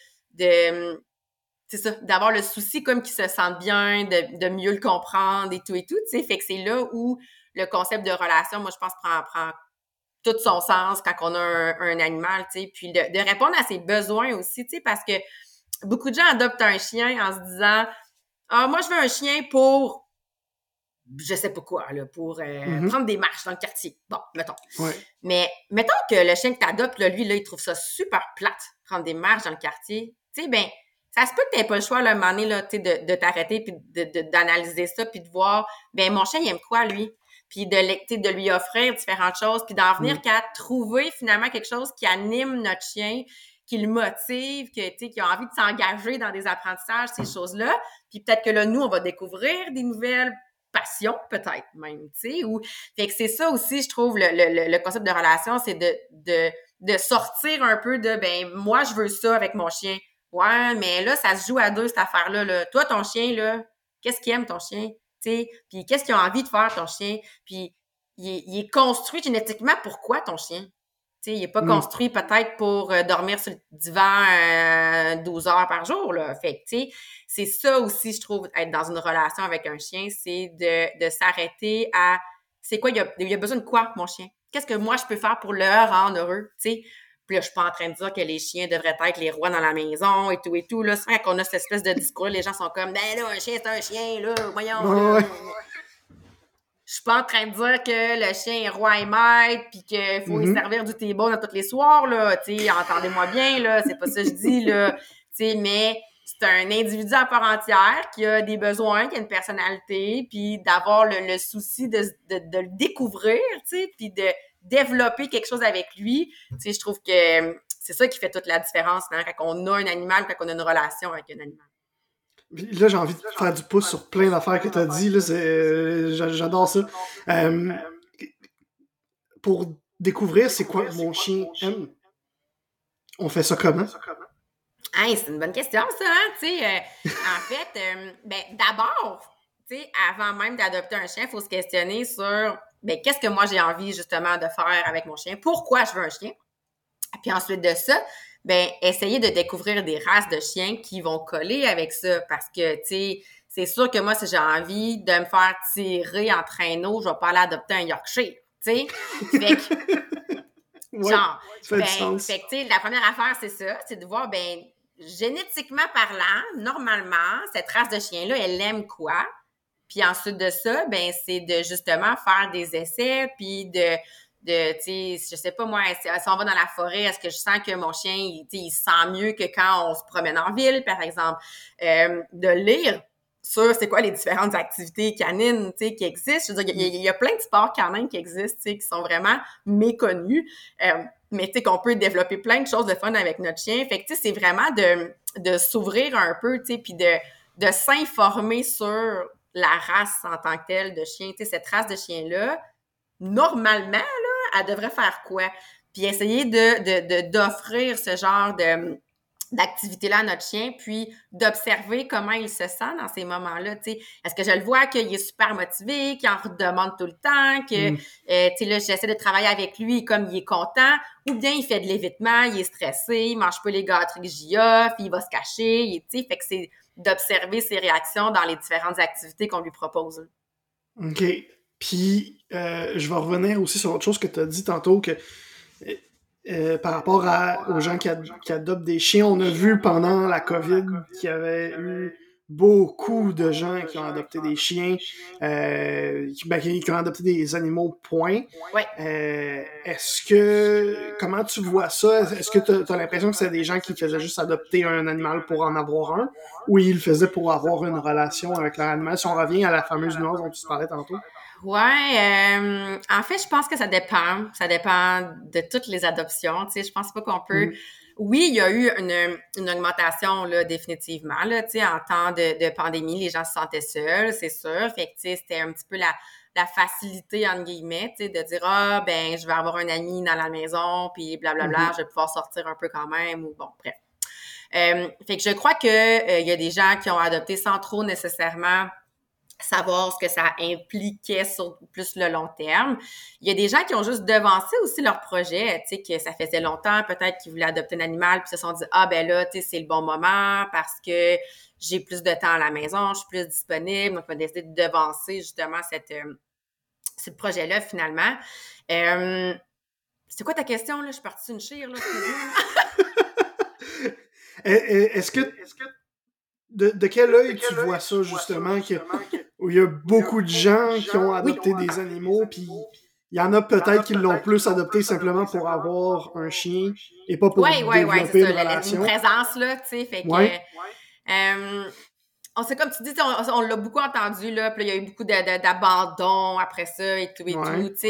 c'est ça, d'avoir le souci comme qu'il se sente bien, de mieux le comprendre et tout, tu sais, fait que c'est là où le concept de relation, moi, je pense, prend tout son sens quand on a un animal, tu sais, puis de répondre à ses besoins aussi, tu sais, parce que beaucoup de gens adoptent un chien en se disant « Ah, moi, je veux un chien pour... » je sais pas quoi, là, pour prendre des marches dans le quartier. Bon, mettons. Ouais. Mais mettons que le chien que t'adoptes, là, lui, là, il trouve ça super plate, prendre des marches dans le quartier. Tu sais, ben, ça se peut que t'aies pas le choix, là, à un moment donné, là, tu sais, de t'arrêter puis d'analyser ça puis de voir, ben, mon chien, il aime quoi, lui? Puis de lui offrir différentes choses puis d'en venir qu'à trouver, finalement, quelque chose qui anime notre chien, qui le motive, tu sais, qui a envie de s'engager dans des apprentissages, ces choses-là. Puis peut-être que là, nous, on va découvrir des nouvelles passion, peut-être même, tu sais, ou fait que c'est ça aussi, je trouve, le concept de relation, c'est de sortir un peu de, ben, moi, je veux ça avec mon chien. Ouais, mais là, ça se joue à deux, cette affaire-là, là. Toi, ton chien, là, qu'est-ce qu'il aime, ton chien, tu sais, puis qu'est-ce qu'il a envie de faire, ton chien, puis il est construit génétiquement pourquoi, ton chien? Tu sais, il n'est pas construit peut-être pour dormir sur le divan 12 heures par jour, là. Fait que, tu sais, c'est ça aussi, je trouve, être dans une relation avec un chien, c'est de s'arrêter à c'est quoi, il a besoin de quoi, mon chien? Qu'est-ce que moi, je peux faire pour le rendre heureux, tu sais? Puis là, je suis pas en train de dire que les chiens devraient être les rois dans la maison et tout, là. C'est vrai qu'on a cette espèce de discours, les gens sont comme, ben là, un chien, c'est un chien, là, voyons, je suis pas en train de dire que le chien est roi et maître puis qu'il faut y servir du T-bone tous les soirs, là, tu sais, entendez-moi bien, là, c'est pas ça que je dis, là, tu sais, mais c'est un individu à part entière qui a des besoins, qui a une personnalité, puis d'avoir le souci de le découvrir, tu sais, puis de développer quelque chose avec lui, tu sais, je trouve que c'est ça qui fait toute la différence, hein, quand on a un animal, quand on a une relation avec un animal. Là, j'ai envie de faire du pouce sur plein d'affaires que tu as dit. Là, j'adore ça. pour découvrir c'est quoi mon chien aime, on fait ça comment? Hey, c'est une bonne question, ça, hein? Tu sais, en fait, ben, d'abord, tu sais, avant même d'adopter un chien, il faut se questionner sur, ben, qu'est-ce que moi j'ai envie, justement, de faire avec mon chien? Pourquoi je veux un chien? Puis ensuite de ça, ben, essayer de découvrir des races de chiens qui vont coller avec ça. Parce que, tu sais, c'est sûr que moi, si j'ai envie de me faire tirer en traîneau, je vais pas aller adopter un Yorkshire, tu sais? Fait que, Ouais, genre, ça fait du sens. fait que, tu sais, la première affaire, c'est ça, c'est de voir, ben, génétiquement parlant, normalement, cette race de chien-là, elle aime quoi? Puis ensuite de ça, ben, c'est de justement faire des essais, puis tu sais, je sais pas moi, si on va dans la forêt, est-ce que je sens que mon chien, il se sent mieux que quand on se promène en ville, par exemple? De lire sur c'est quoi les différentes activités canines, tu sais, qui existent. Je veux dire, il y a plein de sports canins qui existent, tu sais, qui sont vraiment méconnus. Mais tu sais, qu'on peut développer plein de choses de fun avec notre chien. Fait que, tu sais, c'est vraiment de s'ouvrir un peu, tu sais, puis de s'informer sur la race en tant que telle de chien. Tu sais, cette race de chien-là, normalement, là, elle devrait faire quoi? Puis essayer d'offrir ce genre d'activité-là à notre chien, puis d'observer comment il se sent dans ces moments-là. Tu sais, est-ce que je le vois qu'il est super motivé, qu'il en redemande tout le temps, que tu sais, là, j'essaie de travailler avec lui comme il est content, ou bien il fait de l'évitement, il est stressé, il mange pas les gâteries que j'y offre, il va se cacher, tu sais, fait que c'est d'observer ses réactions dans les différentes activités qu'on lui propose. OK. Puis, je vais revenir aussi sur autre chose que tu as dit tantôt, que par rapport aux gens qui adoptent des chiens, on a vu pendant la COVID qu'il y avait eu beaucoup de gens qui ont adopté des chiens, qui ont adopté des animaux, point. Ouais. Comment tu vois ça? Est-ce que tu as l'impression que c'est des gens qui faisaient juste adopter un animal pour en avoir un, ou ils le faisaient pour avoir une relation avec leur animal? Si on revient à la fameuse nuance dont tu parlais tantôt. Ouais, en fait, je pense que ça dépend. Ça dépend de toutes les adoptions. Tu sais, je pense pas qu'on peut. Oui, il y a eu une augmentation là, définitivement. Là, tu sais, en temps de pandémie, les gens se sentaient seuls, c'est sûr. Fait que tu sais, c'était un petit peu la facilité entre guillemets, tu sais, de dire ah ben je vais avoir un ami dans la maison, puis blablabla, je vais pouvoir sortir un peu quand même ou bon bref. Fait que je crois que il y a des gens qui ont adopté sans trop nécessairement savoir ce que ça impliquait sur plus le long terme. Il y a des gens qui ont juste devancé aussi leur projet, tu sais, que ça faisait longtemps peut-être qu'ils voulaient adopter un animal, puis se sont dit « Ah, ben là, tu sais, c'est le bon moment parce que j'ai plus de temps à la maison, je suis plus disponible. » Donc, on a décidé de devancer justement ce projet-là finalement. C'est quoi ta question, là? Je suis partie d'une chire, là, Est-ce que de quel œil tu vois ça, justement, où il y a beaucoup de gens qui ont adopté des animaux, puis il y en a peut-être qui l'ont plus adopté simplement pour avoir un chien et pas pour développer c'est ça, une relation. une présence, là, tu sais, fait que... Ouais. On sait, comme tu dis, on l'a beaucoup entendu, là, puis il y a eu beaucoup d'abandon après ça et tout, tout, tu sais,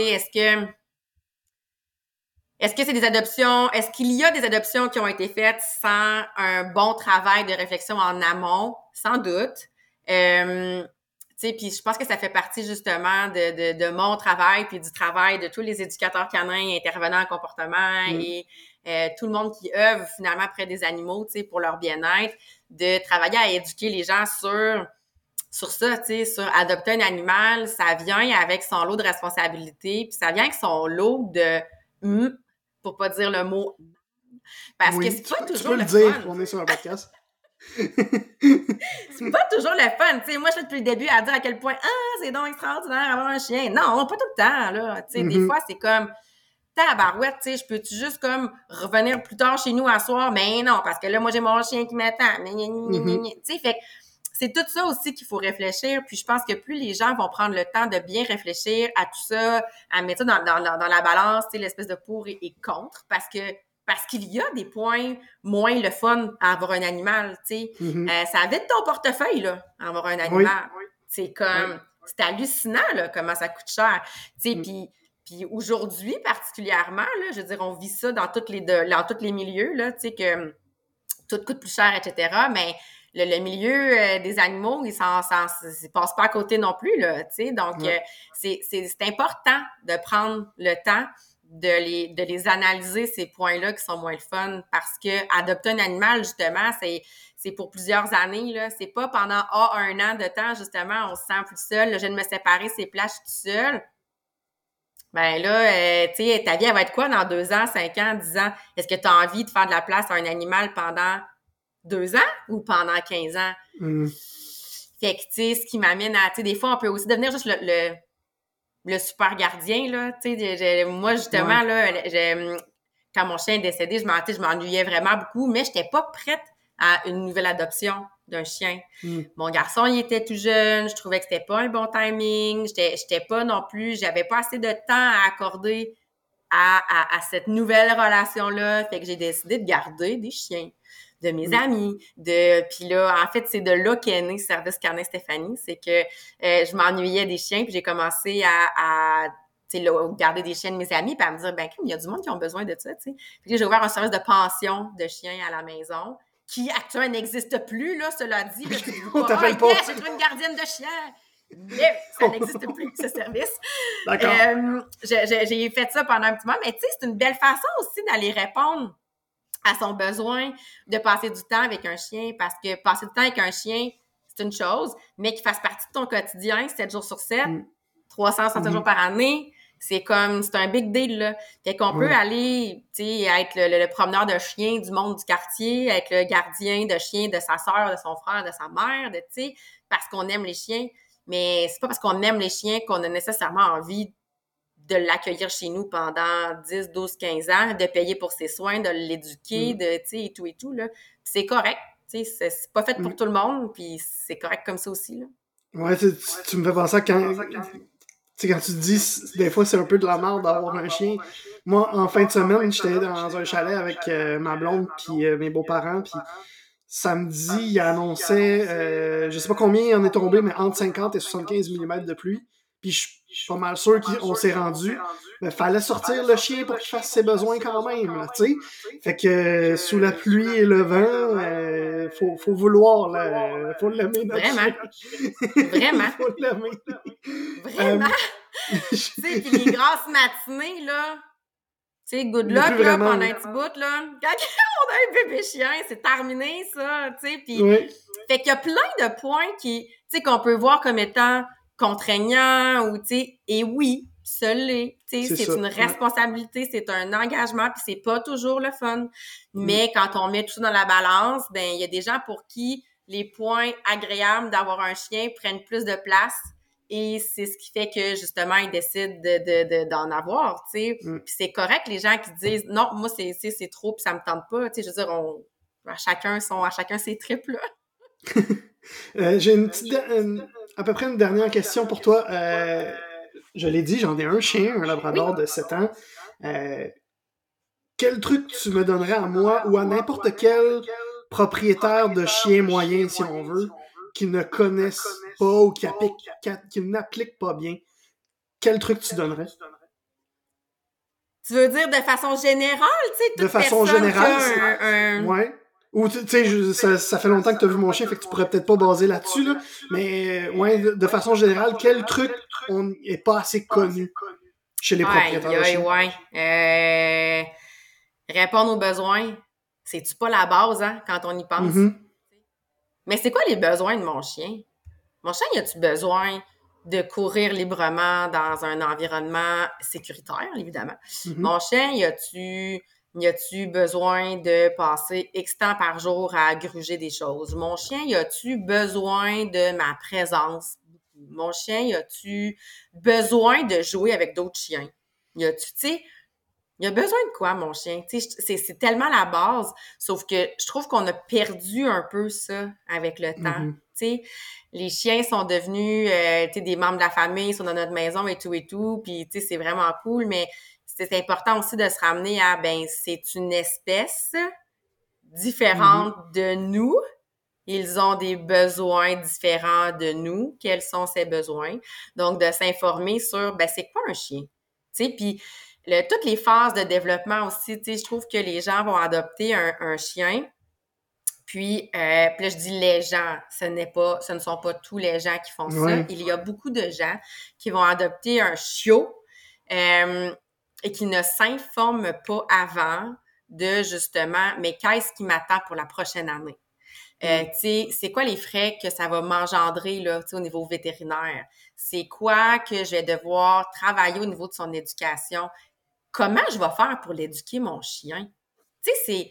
est-ce que c'est des adoptions, est-ce qu'il y a des adoptions qui ont été faites sans un bon travail de réflexion en amont? Sans doute. Tu sais, puis je pense que ça fait partie justement de mon travail puis du travail de tous les éducateurs canins, intervenants en comportement et tout le monde qui œuvre finalement près des animaux, tu sais, pour leur bien-être, de travailler à éduquer les gens sur ça, tu sais, sur adopter un animal, ça vient avec son lot de responsabilités, puis ça vient avec son lot de pour pas dire le mot parce que c'est pas toujours le dire, fun. on est sur un podcast. C'est pas toujours le fun, tu sais. Moi, je suis depuis le début à dire à quel point c'est donc extraordinaire avoir un chien. Non, pas tout le temps, là. Tu sais, des fois, c'est comme tabarouette, tu sais, je peux-tu juste comme revenir plus tard chez nous à soir? Mais non, parce que là, moi, j'ai mon chien qui m'attend. Tu sais, fait que c'est tout ça aussi qu'il faut réfléchir. Puis je pense que plus les gens vont prendre le temps de bien réfléchir à tout ça, à mettre ça dans la balance, tu sais, l'espèce de pour et contre, parce qu'il y a des points moins le fun à avoir un animal, tu sais. Ça vide ton portefeuille, là, à avoir un animal. C'est comme, c'est hallucinant, là, comment ça coûte cher. Tu sais, puis aujourd'hui, particulièrement, là, je veux dire, on vit ça dans tous les milieux, là, tu sais, que tout coûte plus cher, etc. Mais le milieu des animaux, ils passent pas à côté non plus, là, tu sais. Donc, c'est important de prendre le temps de les analyser, ces points-là qui sont moins le fun, parce que adopter un animal, justement, c'est pour plusieurs années, là. C'est pas pendant un an de temps, justement, on se sent plus seul. Là, je viens de me séparer, c'est plat, je suis toute seule. Ben là, tu sais, ta vie, elle va être quoi dans 2 ans, 5 ans, 10 ans? Est-ce que tu as envie de faire de la place à un animal pendant 2 ans ou pendant 15 ans? Fait que, tu sais, ce qui m'amène à, tu sais, des fois, on peut aussi devenir juste le super gardien, là. Tu sais, moi, justement, là, quand mon chien est décédé, je m'ennuyais vraiment beaucoup, mais j'étais pas prête à une nouvelle adoption d'un chien. Mon garçon, il était tout jeune, je trouvais que c'était pas un bon timing, j'étais pas non plus, j'avais pas assez de temps à accorder à cette nouvelle relation-là, fait que j'ai décidé de garder des chiens de mes amis, puis là, en fait, c'est de là qu'est né Service Canin Stéphanie, c'est que je m'ennuyais des chiens, puis j'ai commencé à tu sais, là, garder des chiens de mes amis, puis à me dire, ben, il y a du monde qui ont besoin de ça, tu sais. Puis j'ai ouvert un service de pension de chiens à la maison, qui actuellement n'existe plus, là, cela dit. Là, tu dis pas, j'ai trouvé une gardienne de chien. Mais ça n'existe plus, ce service. D'accord. J'ai fait ça pendant un petit moment, mais tu sais, c'est une belle façon aussi d'aller répondre à son besoin de passer du temps avec un chien, parce que passer du temps avec un chien, c'est une chose, mais qu'il fasse partie de ton quotidien 7 jours sur 7, 360 jours par année, c'est un big deal, là. Fait qu'on peut aller, tu sais, être le promeneur de chiens du monde du quartier, être le gardien de chiens de sa sœur, de son frère, de sa mère, tu sais, parce qu'on aime les chiens. Mais c'est pas parce qu'on aime les chiens qu'on a nécessairement envie de l'accueillir chez nous pendant 10, 12, 15 ans, de payer pour ses soins, de l'éduquer, tu sais, et tout, là. Puis c'est correct, tu sais, c'est pas fait pour tout le monde, puis c'est correct comme ça aussi, là. Ouais, tu me fais penser à quand tu sais, quand tu te dis, des fois, c'est un peu de la merde d'avoir un chien. Moi, en fin de semaine, j'étais dans un chalet avec ma blonde puis mes beaux-parents, puis samedi, il annonçait, je sais pas combien il en est tombé, mais entre 50 et 75 mm de pluie. Puis je suis pas mal sûr qu'on s'est rendu. Mais fallait sortir le chien pour qu'il fasse ses besoins quand même, là, tu sais. Fait que sous la pluie et le vent, faut vouloir, là, faut l'aimer, notre Vraiment. chien. Vraiment. Faut l'aimer. Vraiment. Tu sais, puis les grasses matinées, là, tu sais, good luck, là, vraiment, pendant un petit bout, là. Quand on a un bébé chien, c'est terminé, ça, tu sais, puis... Fait qu'il y a plein de points tu sais, qu'on peut voir comme étant contraignants ou, tu sais, et oui, ça l'est, tu sais, c'est une responsabilité, c'est un engagement, puis c'est pas toujours le fun. Mais quand on met tout ça dans la balance, ben il y a des gens pour qui les points agréables d'avoir un chien prennent plus de place. Et c'est ce qui fait que, justement, ils décident d'en avoir, tu sais. Puis c'est correct, les gens qui disent « Non, moi, c'est trop, puis ça me tente pas. » Tu sais, je veux dire, à chacun ses tripes, là. J'ai à peu près une dernière question pour toi. Je l'ai dit, j'en ai un chien, un labrador de 7 ans. Quel truc tu me donnerais à moi ou à n'importe quel propriétaire de chien moyen, si on veut, qui ne connaissent pas ou qui n'appliquent pas bien? Quel truc tu donnerais? Tu veux dire de façon générale, tu sais, de façon générale, ouais. Ou tu sais, ça fait longtemps que tu as vu mon chien, fait que tu pourrais peut-être pas baser là-dessus, là. Mais ouais, de façon générale, quel truc est pas assez connu chez les propriétaires de chiens? Ouais. Répondre aux besoins, c'est-tu pas la base, hein, quand on y pense? Mais c'est quoi les besoins de mon chien? Mon chien, y a-tu besoin de courir librement dans un environnement sécuritaire, évidemment? Mon chien, y a-tu besoin de passer X temps par jour à gruger des choses? Mon chien, y a-tu besoin de ma présence? Mon chien, y a-tu besoin de jouer avec d'autres chiens? Y a-tu, tu sais, il a besoin de quoi, mon chien? Tu sais, c'est tellement la base, sauf que je trouve qu'on a perdu un peu ça avec le temps. Tu sais, les chiens sont devenus, tu sais, des membres de la famille, ils sont dans notre maison et tout, puis tu sais, c'est vraiment cool, mais c'est important aussi de se ramener à, ben, c'est une espèce différente de nous. Ils ont des besoins différents de nous. Quels sont ces besoins? Donc, de s'informer sur, ben, c'est quoi un chien? Tu sais, puis toutes les phases de développement aussi, tu sais, je trouve que les gens vont adopter un chien. Puis là, je dis les gens, ce ne sont pas tous les gens qui font ça. Il y a beaucoup de gens qui vont adopter un chiot. et qui ne s'informent pas avant de justement, mais qu'est-ce qui m'attend pour la prochaine année? Tu sais, c'est quoi les frais que ça va m'engendrer là, tu sais, au niveau vétérinaire? C'est quoi que je vais devoir travailler au niveau de son éducation? Comment je vais faire pour l'éduquer, mon chien? Tu sais,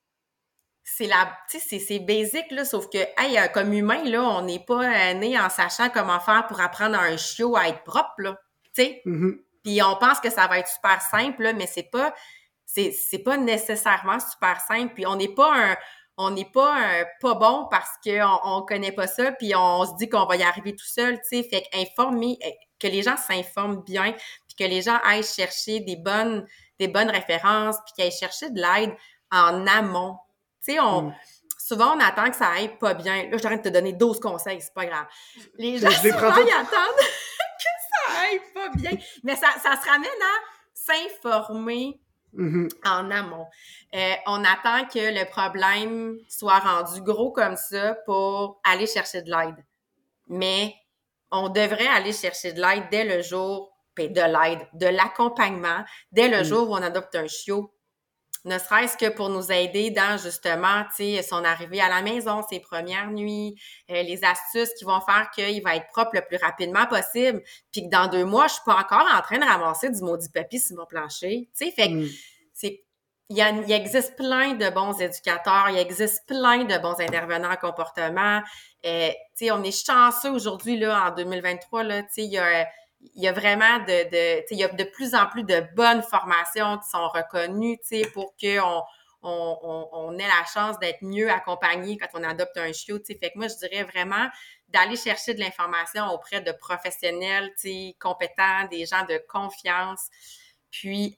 c'est basic, là, sauf que, hey, comme humain, là, on n'est pas né en sachant comment faire pour apprendre à un chiot à être propre, là, tu sais. Puis on pense que ça va être super simple, là, mais c'est pas nécessairement super simple. Puis on n'est pas pas bon parce qu'on connaît pas ça, puis on se dit qu'on va y arriver tout seul, tu sais. Fait qu'informer, que les gens s'informent bien, puis que les gens aillent chercher des bonnes références, puis qu'ils aillent chercher de l'aide en amont. Tu sais, souvent, on attend que ça aille pas bien. Là, je t'arrête de te donner 12 conseils, c'est pas grave. Les gens, souvent, ils attendent que ça aille pas bien. Mais ça se ramène à s'informer en amont. On attend que le problème soit rendu gros comme ça pour aller chercher de l'aide. Mais on devrait aller chercher de l'aide dès le jour, de l'accompagnement, dès le jour où on adopte un chiot. Ne serait-ce que pour nous aider dans, justement, tu sais, son arrivée à la maison, ses premières nuits, les astuces qui vont faire qu'il va être propre le plus rapidement possible, puis que dans 2 mois, je suis pas encore en train de ramasser du maudit papy sur mon plancher. Tu sais, fait que il existe plein de bons éducateurs, il existe plein de bons intervenants en comportement. Tu sais, on est chanceux aujourd'hui, là, en 2023, là, tu sais, il y a vraiment il y a de plus en plus de bonnes formations qui sont reconnues, tu sais, pour qu'on on ait la chance d'être mieux accompagné quand on adopte un chiot, tu sais. Fait que moi, je dirais vraiment d'aller chercher de l'information auprès de professionnels, tu sais, compétents, des gens de confiance. Puis,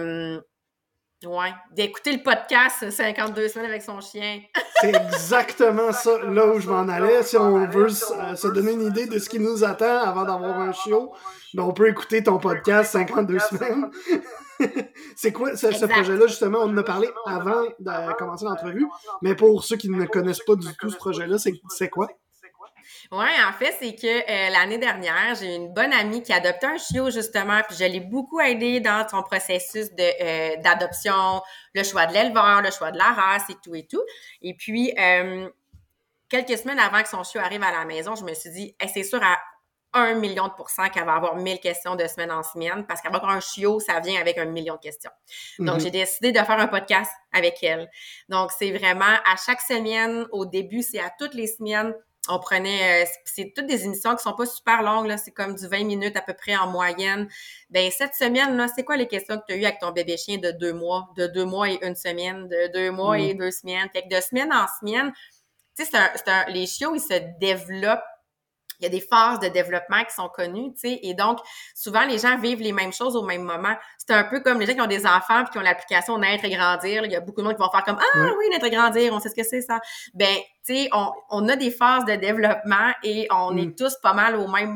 d'écouter le podcast 52 semaines avec son chien. C'est exactement ça, là où je m'en allais. Si on veut se donner une idée de ce qui nous attend avant d'avoir un chiot, ben on peut écouter ton podcast 52 semaines. C'est quoi ce projet-là, justement? On en a parlé avant de commencer l'entrevue, mais pour ceux qui ne connaissent pas du tout ce projet-là, c'est quoi? Oui, en fait, c'est que l'année dernière, j'ai une bonne amie qui a adopté un chiot, justement, puis je l'ai beaucoup aidée dans son processus d'adoption, le choix de l'éleveur, le choix de la race et tout et tout. Et puis, quelques semaines avant que son chiot arrive à la maison, je me suis dit, hey, c'est sûr à 1 million de % qu'elle va avoir 1000 questions de semaine en semaine, parce qu'avoir un chiot, ça vient avec 1 million de questions. Donc, j'ai décidé de faire un podcast avec elle. Donc, c'est vraiment à chaque semaine, au début, c'est à toutes les semaines, on prenait, c'est toutes des émissions qui sont pas super longues, là, c'est comme du 20 minutes à peu près en moyenne. Ben cette semaine, là, c'est quoi les questions que tu as eues avec ton bébé chien de 2 mois, de 2 mois et 1 semaine, de 2 mois et 2 semaines? Fait que de semaine en semaine, tu sais, les chiots, ils se développent. Il y a des phases de développement qui sont connues, tu sais, et donc, souvent, les gens vivent les mêmes choses au même moment. C'est un peu comme les gens qui ont des enfants puis qui ont l'application Naître et Grandir. Il y a beaucoup de monde qui vont faire comme « Ah oui, Naître et Grandir, on sait ce que c'est, ça. » Ben, tu sais, on a des phases de développement et on est tous pas mal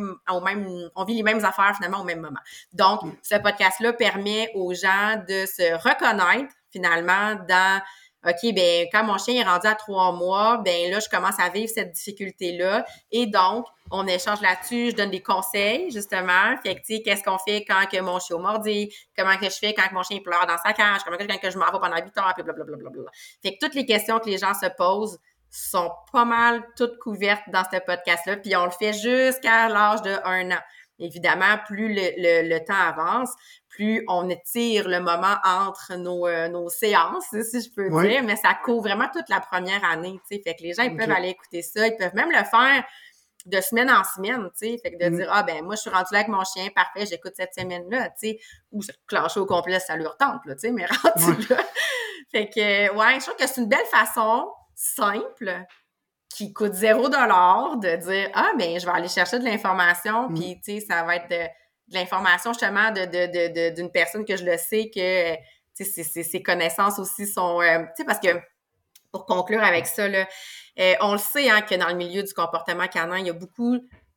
on vit les mêmes affaires, finalement, au même moment. Donc, ce podcast-là permet aux gens de se reconnaître, finalement, dans... OK, ben quand mon chien est rendu à 3 mois, ben là, je commence à vivre cette difficulté-là. Et donc, on échange là-dessus, je donne des conseils, justement. Fait que, tu sais, qu'est-ce qu'on fait quand que mon chien mordit? Comment que je fais quand que mon chien pleure dans sa cage? Comment que je fais quand je m'en vais pendant 8 heures? Puis blablabla. Fait que toutes les questions que les gens se posent sont pas mal toutes couvertes dans ce podcast-là. Puis on le fait jusqu'à l'âge de 1 an. Évidemment, plus le temps avance, plus on étire le moment entre nos séances, si je peux dire, mais ça couvre vraiment toute la première année, tu sais. Fait que les gens, ils peuvent aller écouter ça, ils peuvent même le faire de semaine en semaine, tu sais. Fait que de dire, ah ben moi, je suis rendue là avec mon chien, parfait, j'écoute cette semaine-là, tu sais. Ou se clencher au complet, ça leur tente, là, tu sais, mais rendu là. Fait que, ouais, je trouve que c'est une belle façon, simple, qui coûte 0 $ de dire « Ah, ben je vais aller chercher de l'information, puis tu sais, ça va être de l'information justement d'une personne que je le sais que, tu sais, ses connaissances aussi sont... tu sais, parce que, pour conclure avec ça, là, on le sait, hein, que dans le milieu du comportement canin, il y a beaucoup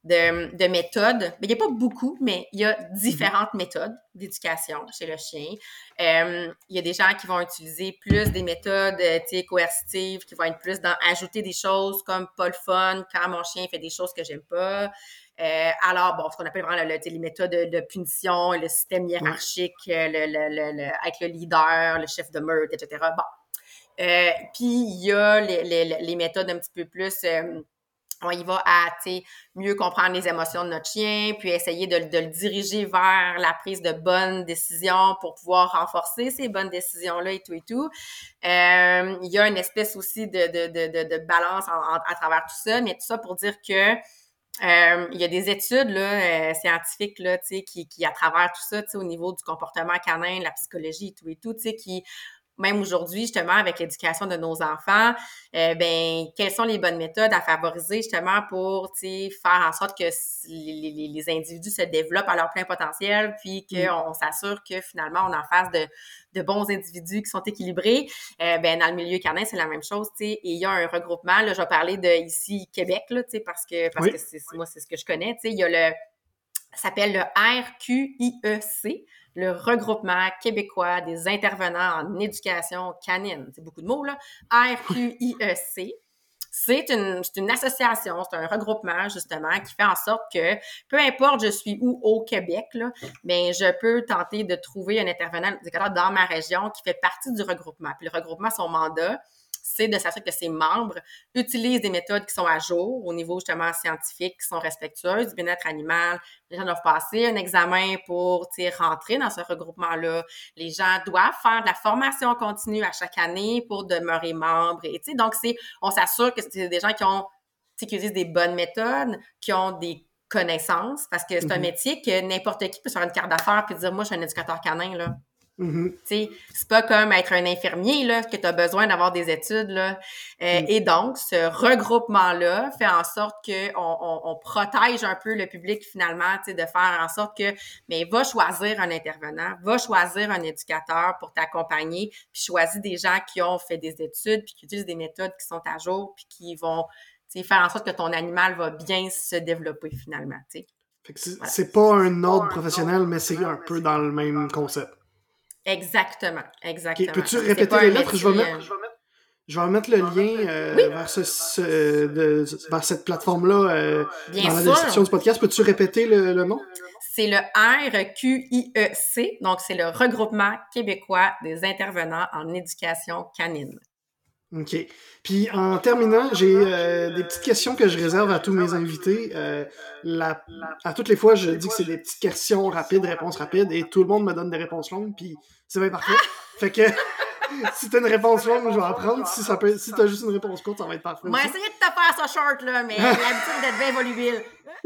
de méthodes. Il n'y a pas beaucoup, mais il y a différentes méthodes d'éducation chez le chien. Il y a des gens qui vont utiliser plus des méthodes coercitives, qui vont être plus dans ajouter des choses comme pas le fun quand mon chien fait des choses que j'aime pas. Alors, bon, ce qu'on appelle vraiment les méthodes de punition, le système hiérarchique, avec le leader, le chef de meute, etc. Bon. Puis, il y a les méthodes un petit peu plus... on y va à mieux comprendre les émotions de notre chien, puis essayer de le diriger vers la prise de bonnes décisions pour pouvoir renforcer ces bonnes décisions-là et tout et tout. Il y a une espèce aussi de balance à travers tout ça, mais tout ça pour dire que il y a des études là, scientifiques là, qui à travers tout ça, au niveau du comportement canin, la psychologie et tout, qui même aujourd'hui, justement, avec l'éducation de nos enfants, quelles sont les bonnes méthodes à favoriser, justement, pour, faire en sorte que les individus se développent à leur plein potentiel, puis qu'on s'assure que, finalement, on est en face de bons individus qui sont équilibrés. Dans le milieu canin, c'est la même chose, et il y a un regroupement, là, je vais parler de, ici, Québec, là, parce que moi, c'est ce que je connais, il y a ça s'appelle le RQIEC, le Regroupement québécois des intervenants en éducation canine. C'est beaucoup de mots, là. RQIEC. C'est une association, c'est un regroupement, justement, qui fait en sorte que, peu importe je suis où au Québec, là, mais je peux tenter de trouver un intervenant éducateur dans ma région qui fait partie du regroupement. Puis le regroupement, son mandat, c'est de s'assurer que ses membres utilisent des méthodes qui sont à jour au niveau justement scientifique, qui sont respectueuses du bien-être animal. Les gens doivent passer un examen pour rentrer dans ce regroupement-là. Les gens doivent faire de la formation continue à chaque année pour demeurer membres. Et donc, on s'assure que c'est des gens qui utilisent des bonnes méthodes, qui ont des connaissances, parce que c'est un métier que n'importe qui peut se faire une carte d'affaires et dire « Moi, je suis un éducateur canin. » là. C'est pas comme être un infirmier là, que tu as besoin d'avoir des études. Là. Et donc, ce regroupement-là fait en sorte qu'on protège un peu le public finalement, de faire en sorte que va choisir un intervenant, va choisir un éducateur pour t'accompagner, puis choisis des gens qui ont fait des études, puis qui utilisent des méthodes qui sont à jour, puis qui vont faire en sorte que ton animal va bien se développer finalement. Fait que c'est pas un ordre professionnel, mais c'est un peu dans le même concept. Exactement. Okay. Peux-tu répéter les lettres? Je vais mettre le lien vers cette plateforme-là dans la description du podcast. Peux-tu répéter le nom? C'est le RQIEC, donc c'est le Regroupement québécois des intervenants en éducation canine. OK. Puis en terminant, j'ai des petites questions que je réserve à tous mes invités. À toutes les fois, je dis que c'est des petites questions rapides, réponses rapides, et tout le monde me donne des réponses longues, puis c'est bien parfait. Fait que si t'as une réponse longue, je vais en prendre. Si t'as juste une réponse courte, ça va être parfait. Moi, essayez de te faire ça short, là, mais l'habitude d'être bien volubile.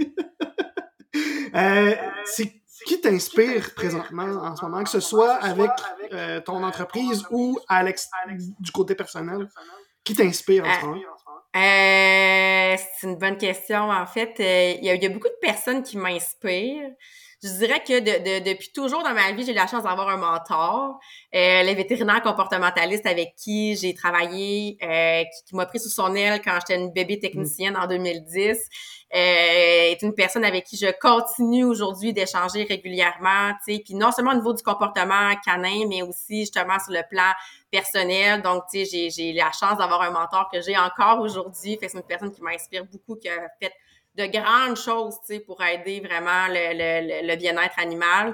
C'est qui t'inspire présentement en ce moment, que ce soit avec ton entreprise ou du côté personnel? Qui t'inspire en ce moment? C'est une bonne question. En fait, il y a beaucoup de personnes qui m'inspirent. Je dirais que depuis toujours dans ma vie, j'ai eu la chance d'avoir un mentor, le vétérinaire comportementaliste avec qui j'ai travaillé, qui m'a pris sous son aile quand j'étais une bébé technicienne en 2010. Est une personne avec qui je continue aujourd'hui d'échanger régulièrement, tu sais, puis non seulement au niveau du comportement canin, mais aussi justement sur le plan personnel. Donc, tu sais, j'ai la chance d'avoir un mentor que j'ai encore aujourd'hui. Fait que c'est une personne qui m'inspire beaucoup, qui a fait de grandes choses, tu sais, pour aider vraiment le bien-être animal.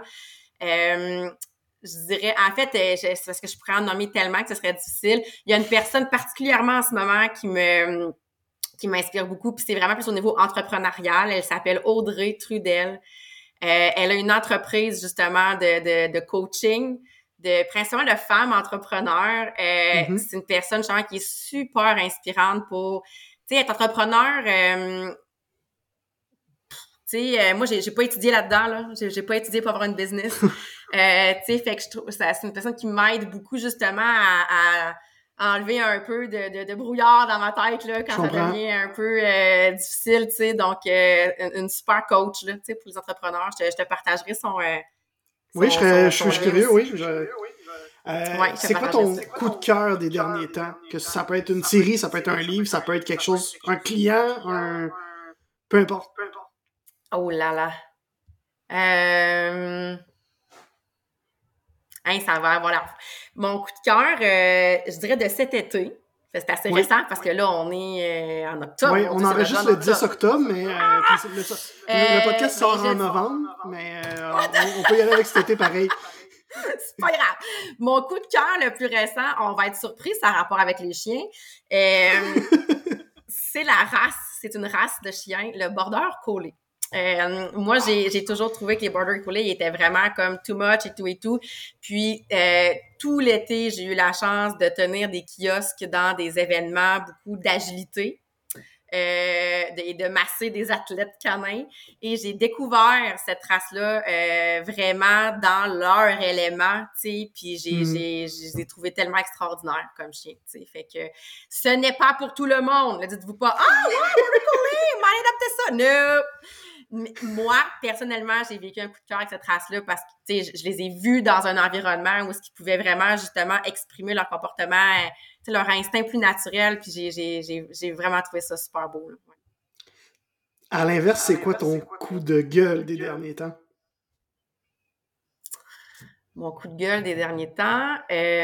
Je dirais, en fait, c'est parce que je pourrais en nommer tellement que ce serait difficile. Il y a une personne particulièrement en ce moment qui m'inspire beaucoup, puis c'est vraiment plus au niveau entrepreneurial. Elle s'appelle Audrey Trudel. Elle a une entreprise, justement, de coaching, principalement de femmes entrepreneurs. C'est une personne, justement, qui est super inspirante pour, tu sais, être entrepreneur. Tu sais, moi, j'ai pas étudié là-dedans, là. J'ai pas étudié pour avoir une business. Tu sais, fait que je trouve c'est une personne qui m'aide beaucoup, justement, à enlever un peu de brouillard dans ma tête, là, quand ça devient un peu difficile, tu sais. Donc, une super coach, là, tu sais, pour les entrepreneurs. Je te partagerai son oui, je suis curieux, oui. Ouais, c'est quoi ton coup de cœur des derniers temps? Que ça peut être une série, ça peut être un livre, ça peut être quelque chose, un client, peu importe. Oh là là. Hein, ça va avoir l'air. Mon coup de cœur, je dirais de cet été. C'est assez Oui. récent parce que là, on est en octobre. Oui, Mon on Dieu, c'est enregistre déjà en le 10 octobre. octobre, mais puis le podcast Mais sort en novembre, mais on peut y aller avec cet été pareil. C'est pas grave. Mon coup de cœur le plus récent, on va être surpris, ça a rapport avec les chiens. C'est la race, c'est une race de chiens, le Border Collie. Moi, j'ai toujours trouvé que les Border Collie étaient vraiment comme too much et tout et tout. Puis, tout l'été, j'ai eu la chance de tenir des kiosques dans des événements, beaucoup d'agilité. De masser des athlètes canins. Et j'ai découvert cette race-là vraiment dans leur élément, tu sais, puis je les ai trouvés tellement extraordinaires comme chien, tu sais. Fait que ce n'est pas pour tout le monde. Ne dites-vous pas « Ah, ouais, Border Collie, m'en adapté ça! » Non! Moi, personnellement, j'ai vécu un coup de cœur avec cette race-là parce que, tu sais, je les ai vus dans un environnement où ils pouvaient vraiment, justement, exprimer leur comportement, leur instinct plus naturel, puis j'ai vraiment trouvé ça super beau. Là. Ouais. À l'inverse, c'est quoi ton coup de gueule des derniers temps? Mon coup de gueule des derniers temps?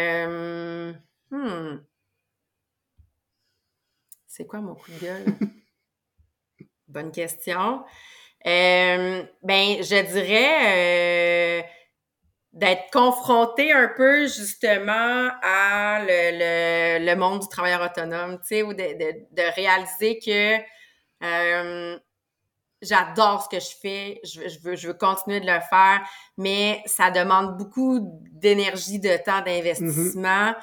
C'est quoi mon coup de gueule? Bonne question. Ben, je dirais d'être confronté un peu justement à le monde du travailleur autonome, tu sais, ou de réaliser que j'adore ce que je fais, je veux continuer de le faire, mais ça demande beaucoup d'énergie, de temps, d'investissement.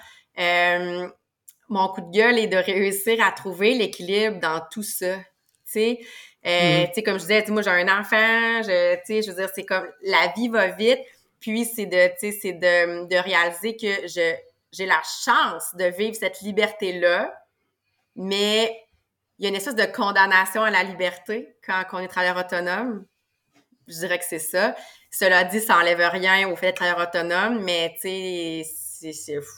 Mon coup de gueule est de réussir à trouver l'équilibre dans tout ça, tu sais. Tu sais, comme je disais, moi j'ai un enfant, tu sais, je veux dire, c'est comme la vie va vite, puis c'est de réaliser que j'ai la chance de vivre cette liberté-là, mais il y a une espèce de condamnation à la liberté quand on est travailleur autonome. Je dirais que c'est ça. Cela dit, ça enlève rien au fait d'être travailleur autonome, mais tu sais,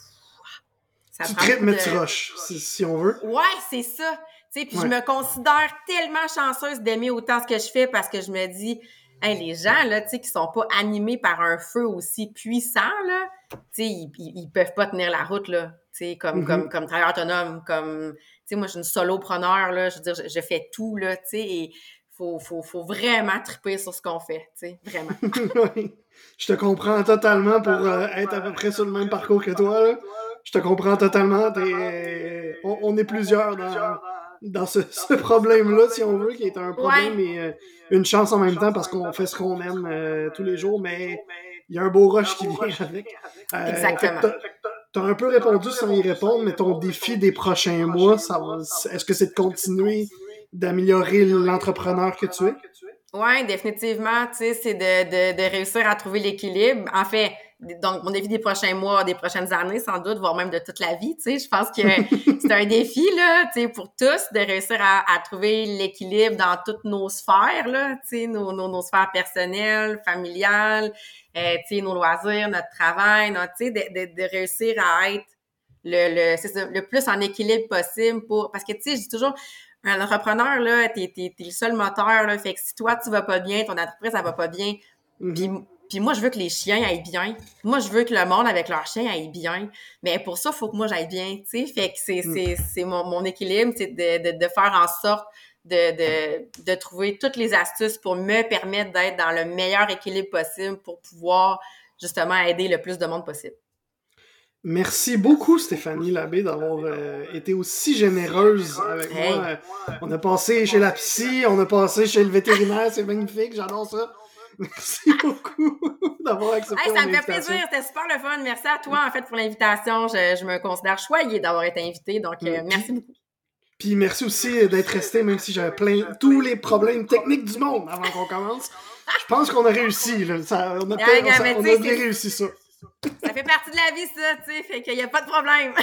ça Tu prend tripes, beaucoup mais de... tu rushes, si on veut. Ouais, c'est ça. Tu sais, puis Ouais. je me considère tellement chanceuse d'aimer autant ce que je fais parce que je me dis, hey, les gens, là, tu sais, qui sont pas animés par un feu aussi puissant, là, tu sais, ils peuvent pas tenir la route, là, tu sais, comme travailleur autonome, comme, tu sais, moi, je suis une solopreneur, là, je veux dire, je fais tout, là, tu sais, et faut vraiment triper sur ce qu'on fait, tu sais, vraiment. Oui. Je te comprends totalement pour être à peu près sur le même parcours que toi, là. Je te comprends totalement. On est plusieurs dans ce problème-là, si on veut, qui est un problème Ouais, et une chance en même temps parce qu'on fait ce qu'on aime tous les jours, mais il y a un beau rush qui vient avec. Fait que exactement. t'as un peu répondu sans y répondre, mais ton défi des prochains mois, est-ce que c'est de continuer d'améliorer l'entrepreneur que tu es? Oui, définitivement, tu sais, c'est de réussir à trouver l'équilibre. En fait, donc, mon défi des prochains mois, des prochaines années, sans doute, voire même de toute la vie, tu sais, je pense que c'est un défi, là, tu sais, pour tous, de réussir à trouver l'équilibre dans toutes nos sphères, là, tu sais, nos sphères personnelles, familiales, tu sais, nos loisirs, notre travail, tu sais, de réussir à être c'est ça, le plus en équilibre possible parce que, tu sais, je dis toujours, un entrepreneur, là, t'es le seul moteur, là. Fait que si toi, tu vas pas bien, ton entreprise, elle va pas bien. Puis moi, je veux que les chiens aillent bien. Moi, je veux que le monde avec leurs chiens aille bien. Mais pour ça, il faut que moi, j'aille bien, tu sais. Fait que c'est mon équilibre, c'est de faire en sorte de trouver toutes les astuces pour me permettre d'être dans le meilleur équilibre possible pour pouvoir, justement, aider le plus de monde possible. Merci beaucoup, Stéphanie Labbé, d'avoir été aussi généreuse avec moi. On a passé chez la psy, on a passé chez le vétérinaire, c'est magnifique, j'adore ça. Merci beaucoup d'avoir accepté mon Ça me fait invitation. plaisir, c'était super le fun. Merci à toi, en fait, pour l'invitation. Je me considère choyée d'avoir été invitée, donc merci beaucoup. Puis merci aussi d'être resté, même si j'avais tous les problèmes techniques du monde avant qu'on commence. Je pense qu'on a réussi, là. On a bien réussi ça. Ça fait partie de la vie, ça, tu sais, fait qu'il n'y a pas de problème.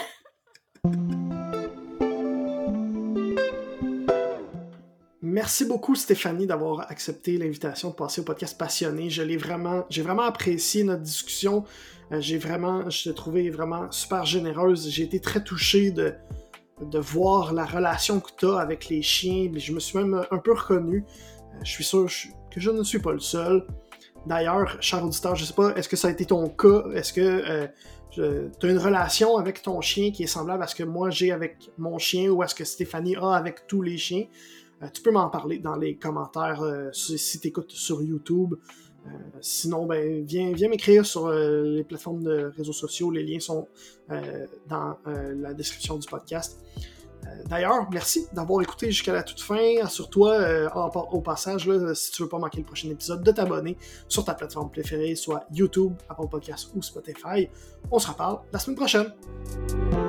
Merci beaucoup, Stéphanie, d'avoir accepté l'invitation de passer au podcast Passionné. J'ai vraiment apprécié notre discussion. Je t'ai trouvé vraiment super généreuse. J'ai été très touché de voir la relation que tu as avec les chiens. Je me suis même un peu reconnu. Je suis sûr que je ne suis pas le seul. D'ailleurs, cher auditeur, je sais pas, est-ce que ça a été ton cas? Est-ce que tu as une relation avec ton chien qui est semblable à ce que moi j'ai avec mon chien ou à ce que Stéphanie a avec tous les chiens? Tu peux m'en parler dans les commentaires si tu écoutes sur YouTube. Sinon, ben, viens m'écrire sur les plateformes de réseaux sociaux. Les liens sont dans la description du podcast. D'ailleurs, merci d'avoir écouté jusqu'à la toute fin. Assure-toi, au passage, là, si tu veux pas manquer le prochain épisode, de t'abonner sur ta plateforme préférée, soit YouTube, Apple Podcasts ou Spotify. On se reparle la semaine prochaine.